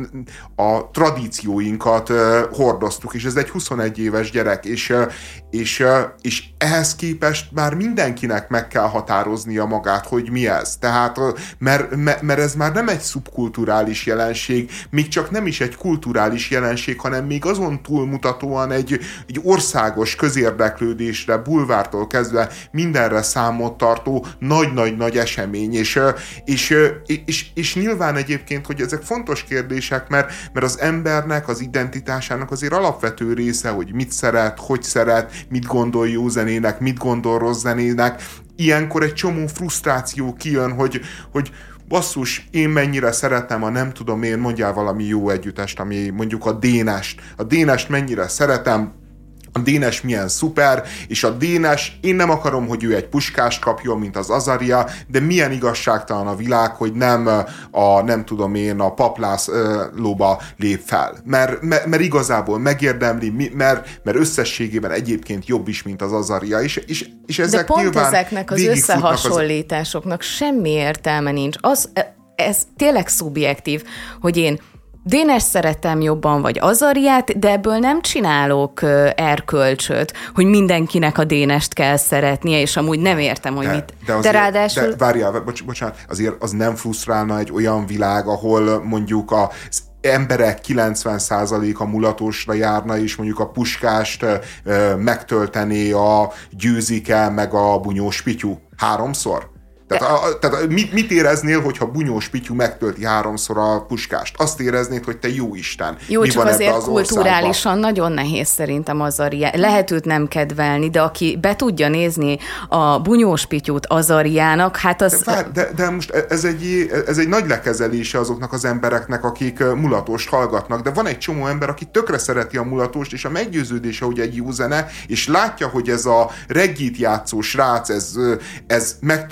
a tradícióinkat uh, hordoztuk, és ez egy huszonegy éves gyerek, és, uh, és, uh, és ehhez képest már mindenkinek meg kell határoznia magát, hogy mi ez. Tehát, uh, mert, mert ez már nem egy szubkulturális jelenség, még csak nem is egy kulturális jelenség, hanem még azon túlmutatóan egy, egy országos közérdeklődésre, bulvártól kezdve mindenre számot tartó nagy-nagy-nagy esemény, és, uh, és, uh, és, és nyilván egyébként, hogy ezek fontos kérdések, mert, mert az embernek, az identitásának azért alapvető része, hogy mit szeret, hogy szeret, mit gondol jó zenének, mit gondol rossz zenének. Ilyenkor egy csomó frusztráció kijön, hogy, hogy basszus, én mennyire szeretem a nem tudom én, mondjál valami jó együttest, ami mondjuk a Dénest. A Dénest mennyire szeretem, a Dénes milyen szuper, és a Dénes, én nem akarom, hogy ő egy puskást kapjon, mint az Azaria, de milyen igazságtalan a világ, hogy nem a, nem tudom én, a paplászlóba lép fel. Mert, mert, mert igazából megérdemli, mert, mert összességében egyébként jobb is, mint az Azaria, és, és, és ezek de pont nyilván ezeknek az összehasonlításoknak az... semmi értelme nincs. Az, ez tényleg szubjektív, hogy én Dénes szeretem jobban, vagy Azariát, de ebből nem csinálok erkölcsöt, hogy mindenkinek a Dénest kell szeretnie, és amúgy nem értem, hogy de, mit. De, azért, de ráadásul... De várjál, bocs, bocsánat, azért az nem frusztrálna egy olyan világ, ahol mondjuk az emberek kilencven százaléka mulatósra járna, és mondjuk a puskást ö, megtöltené a Győzike, meg a Bunyós Pityu háromszor? Tehát, a, tehát mit, mit éreznél, hogyha Bunyós Pityu megtölti háromszor a puskást? Azt éreznéd, hogy te jó Isten. Jó, mi csak van azért az kulturálisan országban? Nagyon nehéz szerintem Azaria. Lehet őt nem kedvelni, de aki be tudja nézni a Bunyós Pityut Azariának, hát az... De, de, de most ez egy, ez egy nagy lekezelése azoknak az embereknek, akik mulatost hallgatnak, de van egy csomó ember, aki tökre szereti a mulatost, és a meggyőződése, hogy egy jó zene, és látja, hogy ez a reggit játszó srác, ez, ez megtölti a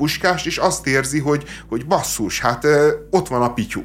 Puskást, és azt érzi, hogy, hogy basszus, hát ott van a Pityu,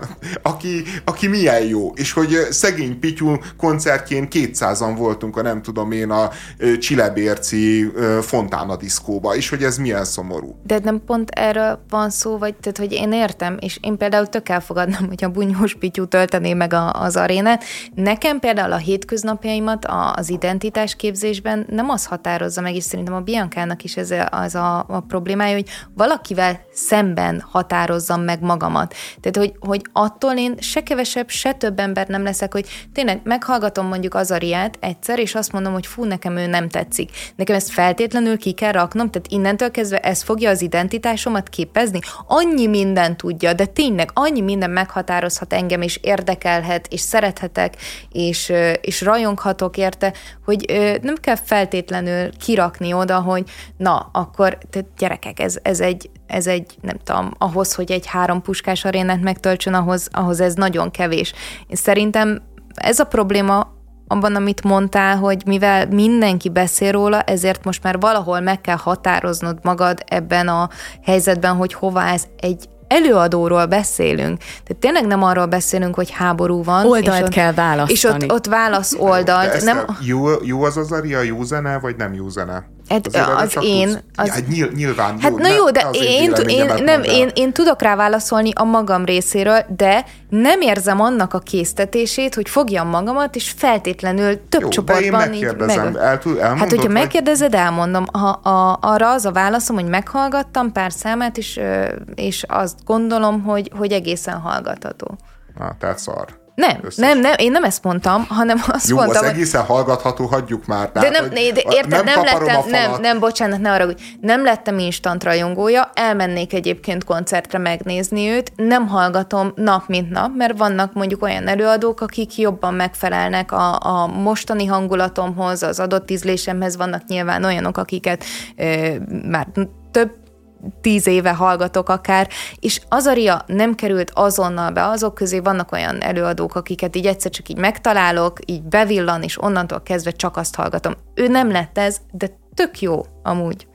aki, aki milyen jó, és hogy szegény Pityu koncertjén kétszázan voltunk a nem tudom én a Csilebérci Fontána diszkóba, és hogy ez milyen szomorú. De nem pont erről van szó, vagy tehát, hogy én értem, és én például tök elfogadnám, hogy a Bunyós Pityu töltené meg a, az arénát. Nekem például a hétköznapjaimat az identitásképzésben nem az határozza meg, és szerintem a Biancának is ez az a, a problémája, hogy valakivel szemben határozzam meg magamat. Tehát, hogy, hogy attól én se kevesebb, se több ember nem leszek, hogy tényleg meghallgatom mondjuk az Ariát egyszer, és azt mondom, hogy fú, nekem ő nem tetszik. Nekem ezt feltétlenül ki kell raknom, tehát innentől kezdve ez fogja az identitásomat képezni. Annyi minden tudja, de tényleg annyi minden meghatározhat engem, és érdekelhet, és szerethetek, és, és rajonghatok érte, hogy nem kell feltétlenül kirakni oda, hogy na, akkor tehát gyerekek, ez, ez egy ez egy, nem tudom, ahhoz, hogy egy három Puskás arénát megtöltsön, ahhoz, ahhoz ez nagyon kevés. Én szerintem ez a probléma abban, amit mondtál, hogy mivel mindenki beszél róla, ezért most már valahol meg kell határoznod magad ebben a helyzetben, hogy hova ez egy előadóról beszélünk. Tehát tényleg nem arról beszélünk, hogy háború van. Oldalt és ott, kell választani. És ott, ott válasz oldalt. Nem... Jó, jó az az Aria, jó zene, vagy nem jó zene? Hát az én... Az... Ja, nyil, nyilván hát jó. na jó, de én, én, nem, én, én tudok rá válaszolni a magam részéről, de nem érzem annak a késztetését, hogy fogjam magamat, és feltétlenül több jó, csoportban így meg... El, el, hát, hogyha megkérdezed, elmondom. Ha, a, arra az a válaszom, hogy meghallgattam pár számát, és, és azt gondolom, hogy, hogy egészen hallgatható. Na, tehát szar. Nem, nem, nem, én nem ezt mondtam, hanem azt jó, mondtam, az egészen hallgatható, hagyjuk már. Tehát, de nem, de érted, nem, nem lettem, nem, nem, bocsánat, ne arra, hogy nem lettem instant rajongója, elmennék egyébként koncertre megnézni őt, nem hallgatom nap mint nap, mert vannak mondjuk olyan előadók, akik jobban megfelelnek a, a mostani hangulatomhoz, az adott ízlésemhez, vannak nyilván olyanok, akiket ö, már több tíz éve hallgatok akár, és az Aria nem került azonnal be, azok közé vannak olyan előadók, akiket így egyszer csak így megtalálok, így bevillan, és onnantól kezdve csak azt hallgatom. Ő nem lett ez, de tök jó amúgy.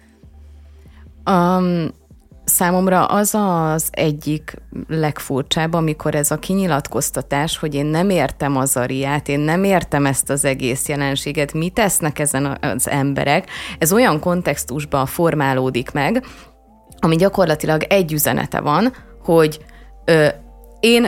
Um, számomra az az egyik legfurcsább, amikor ez a kinyilatkoztatás, hogy én nem értem az Ariát, én nem értem ezt az egész jelenséget, mit tesznek ezen az emberek, ez olyan kontextusban formálódik meg, ami gyakorlatilag egy üzenete van, hogy ö, én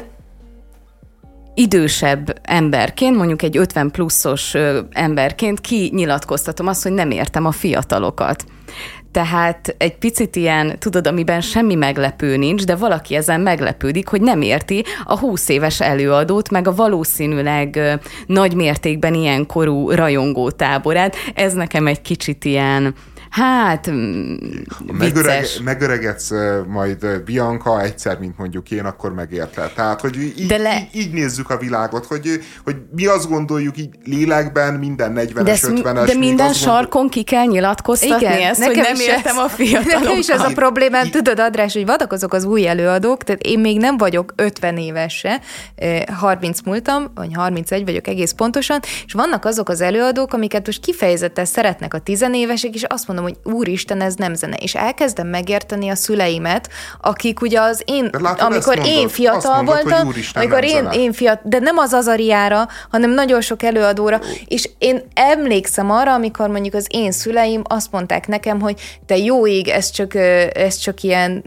idősebb emberként, mondjuk egy ötven pluszos ö, emberként kinyilatkoztatom azt, hogy nem értem a fiatalokat. Tehát egy picit ilyen, tudod, amiben semmi meglepő nincs, de valaki ezen meglepődik, hogy nem érti a húsz éves előadót, meg a valószínűleg ö, nagy mértékben ilyen korú rajongó táborát. Ez nekem egy kicsit ilyen... Hát, Megöreg, megöregedsz majd Bianca egyszer, mint mondjuk én, akkor megérted. Tehát, hogy így, le... így, így nézzük a világot, hogy, hogy mi azt gondoljuk így lélekben, minden negyvenes, ötvenes. De minden sarkon gondol... ki kell nyilatkoztatni. Igen, ezt, hogy nem értem a fiatalokat. Nekem is az a problémám, I... tudod, András, hogy vannak azok az új előadók, tehát én még nem vagyok ötven éves se, harminc múltam, vagy harmincegy vagyok egész pontosan, és vannak azok az előadók, amiket most kifejezetten szeretnek a tizenévesek, és azt mondom, hogy úristen, ez nem zene. És elkezdem megérteni a szüleimet, akik ugye az én, látod, amikor én mondod, fiatal mondod, voltam, úristen, amikor én, én fiatal, de nem az az Ariára, hanem nagyon sok előadóra, oh. És én emlékszem arra, amikor mondjuk az én szüleim azt mondták nekem, hogy te jó ég, ez csak, ez csak ilyen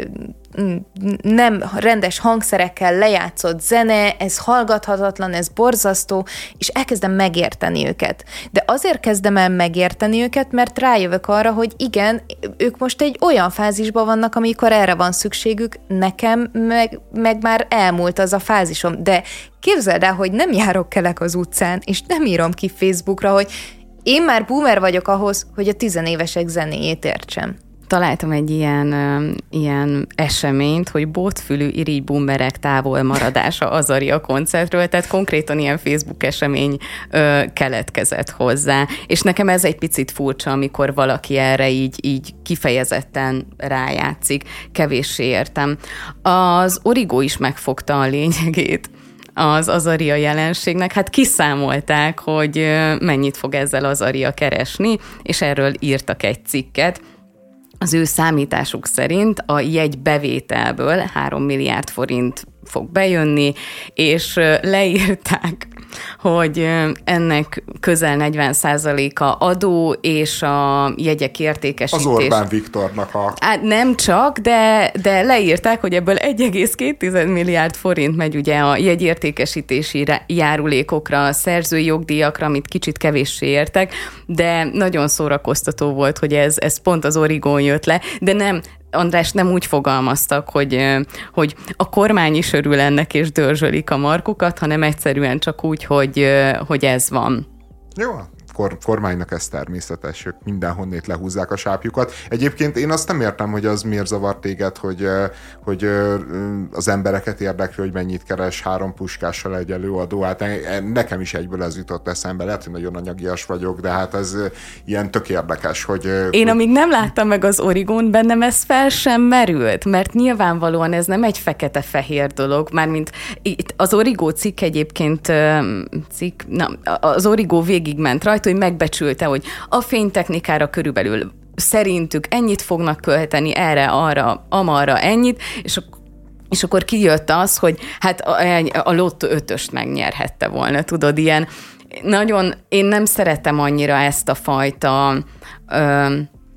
nem rendes hangszerekkel lejátszott zene, ez hallgathatatlan, ez borzasztó, és elkezdem megérteni őket. De azért kezdem el megérteni őket, mert rájövök arra, hogy igen, ők most egy olyan fázisban vannak, amikor erre van szükségük, nekem meg, meg már elmúlt az a fázisom. De képzeld el, hogy nem járok kelek az utcán, és nem írom ki Facebookra, hogy én már boomer vagyok ahhoz, hogy a tizenévesek zenéjét értsem. Találtam egy ilyen, ö, ilyen eseményt, hogy botfülű irigyboomerek távol maradása az Aria koncertről, tehát konkrétan ilyen Facebook esemény ö, keletkezett hozzá. És nekem ez egy picit furcsa, amikor valaki erre így, így kifejezetten rájátszik. Kevéssé értem. Az Origo is megfogta a lényegét az az Aria jelenségnek. Hát kiszámolták, hogy mennyit fog ezzel az Aria keresni, és erről írtak egy cikket. az ő számításuk szerint a jegybevételből három milliárd forint fog bejönni, és leírták, hogy ennek közel negyven százaléka adó, és a jegyek értékesítés. Az Orbán Viktornak a... Hát nem csak, de, de leírták, hogy ebből egy egész két milliárd forint megy ugye a jegyértékesítési járulékokra, a szerzői jogdíjakra, amit kicsit kevéssé értek, de nagyon szórakoztató volt, hogy ez, ez pont az Origón jött le, de nem, András, nem úgy fogalmaztak, hogy, hogy a kormány is örül ennek, és dörzsölik a markukat, hanem egyszerűen csak úgy, hogy, hogy ez van. Jó, kor, kormánynak ez természetes, ők mindenhonnét lehúzzák a sápjukat. Egyébként én azt nem értem, hogy az miért zavar téged, hogy, hogy az embereket érdekli, hogy mennyit keres három puskással egy előadó. Hát nekem is egyből ez jutott eszembe. Lehet, hogy nagyon anyagias vagyok, de hát ez ilyen tök érdekes, hogy... Én hogy... amíg nem láttam meg az Origón, bennem ez fel sem merült, mert nyilvánvalóan ez nem egy fekete-fehér dolog, mármint itt az Origó cikk egyébként cikk, na, az Origó végigment rajta, hogy megbecsülte, hogy a fénytechnikára körülbelül szerintük ennyit fognak költeni, erre, arra, amarra ennyit, és akkor és akkor kijött az, hogy hát a, a Lotto ötöst megnyerhette volna, tudod, ilyen nagyon, én nem szeretem annyira ezt a fajta ö,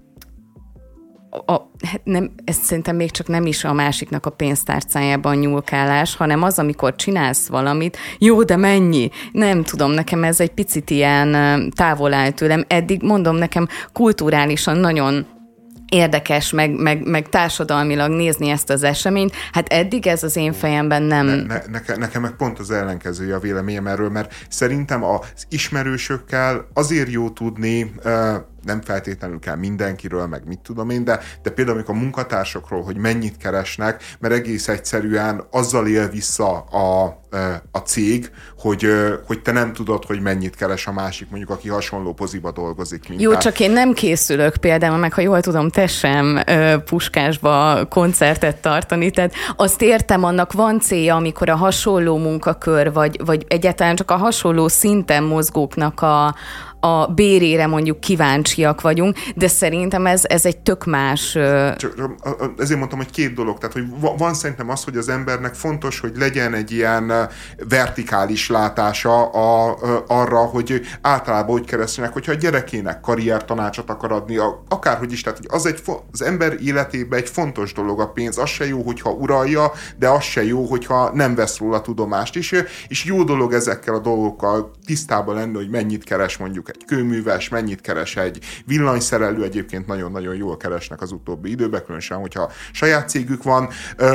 a, hát nem, ez szerintem még csak nem is a másiknak a pénztárcájában nyúlkálás, hanem az, amikor csinálsz valamit, jó, de mennyi? Nem tudom, nekem ez egy picit ilyen távol áll tőlem. Eddig mondom, nekem kulturálisan nagyon érdekes, meg, meg, meg társadalmilag nézni ezt az eseményt. Hát eddig ez az én fejemben nem... Ne, ne, nekem, nekem meg pont az ellenkezője a véleményem erről, mert szerintem az ismerősökkel azért jó tudni, nem feltétlenül kell mindenkiről, meg mit tudom én, de, de például amikor a munkatársakról, hogy mennyit keresnek, mert egész egyszerűen azzal él vissza a, a cég, hogy, hogy te nem tudod, hogy mennyit keres a másik, mondjuk aki hasonló poziba dolgozik. Mint Jó, el. Csak én nem készülök például, meg ha jól tudom, te sem Puskásba koncertet tartani, tehát azt értem, annak van célja, amikor a hasonló munkakör, vagy, vagy egyáltalán csak a hasonló szinten mozgóknak a a bérére mondjuk kíváncsiak vagyunk, de szerintem ez, ez egy tök más... Csak ezért mondtam, hogy két dolog. Tehát, hogy van szerintem az, hogy az embernek fontos, hogy legyen egy ilyen vertikális látása a, arra, hogy általában hogy keressenek, hogyha a gyerekének karriertanácsot akar adni, akárhogy is, tehát hogy az, egy, az ember életében egy fontos dolog a pénz. Az se jó, hogyha uralja, de az se jó, hogyha nem vesz róla tudomást is, és jó dolog ezekkel a dolgokkal tisztában lenni, hogy mennyit keres mondjuk egy kőműves, mennyit keres egy villanyszerelő, egyébként nagyon-nagyon jól keresnek az utóbbi időben, különösen, hogyha saját cégük van.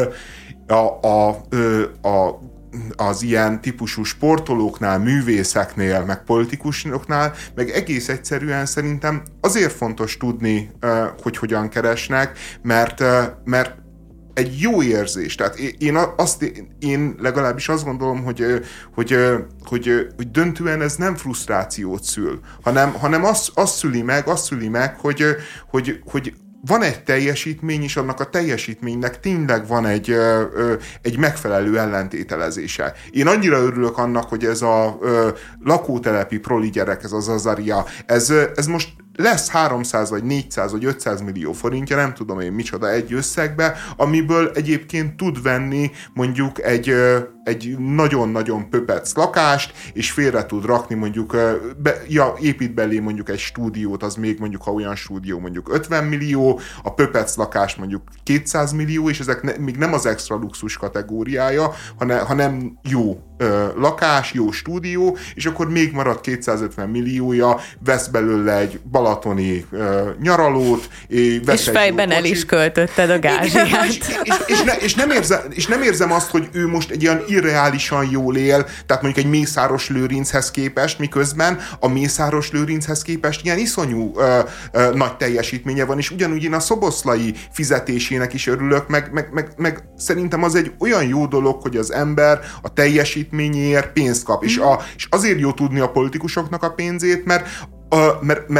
A, a, a, az ilyen típusú sportolóknál, művészeknél, meg politikusoknál, meg egész egyszerűen szerintem azért fontos tudni, hogy hogyan keresnek, mert, mert egy jó érzés. Tehát én, azt, én legalábbis azt gondolom, hogy, hogy, hogy, hogy döntően ez nem frusztrációt szül, hanem, hanem azt, azt szüli meg, azt szüli meg, hogy, hogy, hogy van egy teljesítmény, és annak a teljesítménynek tényleg van egy, egy megfelelő ellentételezése. Én annyira örülök annak, hogy ez a lakótelepi proli gyerek, ez az Azaria, ez, ez most lesz háromszáz, vagy négyszáz, vagy ötszáz millió forintja, nem tudom én micsoda egy összegbe, amiből egyébként tud venni mondjuk egy, egy nagyon-nagyon pöpec lakást, és félre tud rakni mondjuk, be, ja, épít belé mondjuk egy stúdiót, az még mondjuk, ha olyan stúdió mondjuk ötven millió, a pöpec lakás mondjuk kétszáz millió, és ezek ne, még nem az extra luxus kategóriája, hanem, hanem jó ö, lakás, jó stúdió, és akkor még marad kétszázötven milliója, vesz belőle egy balatoni ö, nyaralót, és, és fejben el is költötted a gázsiát. És, és, és, ne, és, nem érzem, és nem érzem azt, hogy ő most egy ilyen irreálisan jól él, tehát mondjuk egy Mészáros Lőrinchez képest, miközben a Mészáros Lőrinchez képest ilyen iszonyú ö, ö, nagy teljesítménye van, és ugyanúgy én a Szoboszlai fizetésének is örülök, meg, meg, meg, meg szerintem az egy olyan jó dolog, hogy az ember a teljesítményéért pénzt kap, mm. és, a, és azért jó tudni a politikusoknak a pénzét, mert, a, mert, mert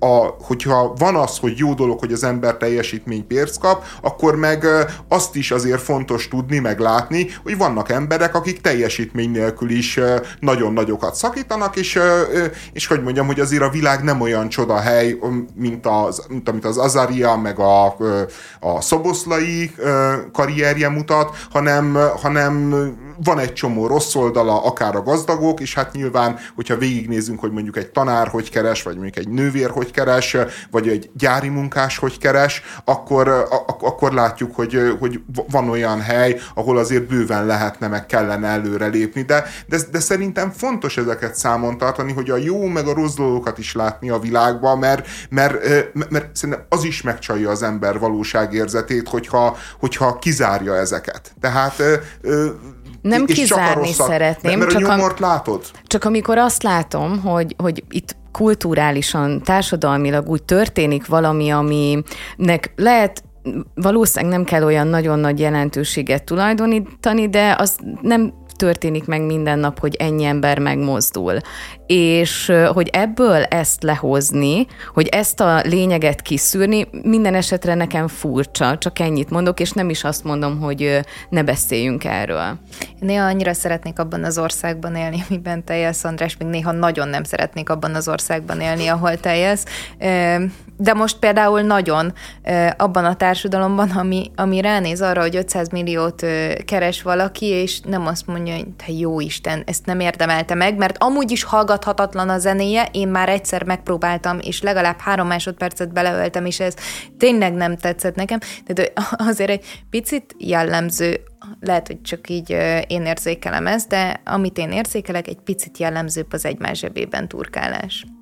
a, hogyha van az, hogy jó dolog, hogy az ember teljesítménypénzt kap, akkor meg azt is azért fontos tudni, meg látni, hogy vannak emberek, akik teljesítmény nélkül is nagyon nagyokat szakítanak, és, és hogy mondjam, hogy azért a világ nem olyan csodahely, mint, az, mint amit az Azaria, meg a, a Szoboszlai karrierje mutat, hanem, hanem van egy csomó rossz oldala, akár a gazdagok, és hát nyilván, hogyha végignézzünk, hogy mondjuk egy tanár hogy keres, vagy mondjuk egy nővér hogy keres, vagy egy gyári munkás hogy keres, akkor, ak- akkor látjuk, hogy, hogy van olyan hely, ahol azért bőven lehetne, meg kellene előrelépni, de, de, de szerintem fontos ezeket számon tartani, hogy a jó meg a rossz dolgokat is látni a világban, mert, mert, mert, mert szerintem az is megcsalja az ember valóságérzetét, hogyha, hogyha kizárja ezeket. Tehát nem kizárni szeretném, mert csak, a nyomort látod? Csak amikor azt látom, hogy, hogy itt kulturálisan, társadalmilag úgy történik valami, aminek lehet, valószínűleg nem kell olyan nagyon nagy jelentőséget tulajdonítani, de az nem történik meg minden nap, hogy ennyi ember megmozdul. És hogy ebből ezt lehozni, hogy ezt a lényeget kiszűrni, minden esetre nekem furcsa, csak ennyit mondok, és nem is azt mondom, hogy ne beszéljünk erről. Néha annyira szeretnék abban az országban élni, amiben te élsz, András, még néha nagyon nem szeretnék abban az országban élni, ahol te élsz. De most például nagyon abban a társadalomban, ami, ami ránéz arra, hogy ötszáz milliót keres valaki, és nem azt mondja, hogy te jó Isten, ezt nem érdemelte meg, mert amúgy is hallgathatatlan a zenéje, én már egyszer megpróbáltam, és legalább három másodpercet beleöltem, és ez tényleg nem tetszett nekem. Tehát azért egy picit jellemző, lehet, hogy csak így én érzékelem ezt, de amit én érzékelek, egy picit jellemzőbb az egymás zsebében turkálás.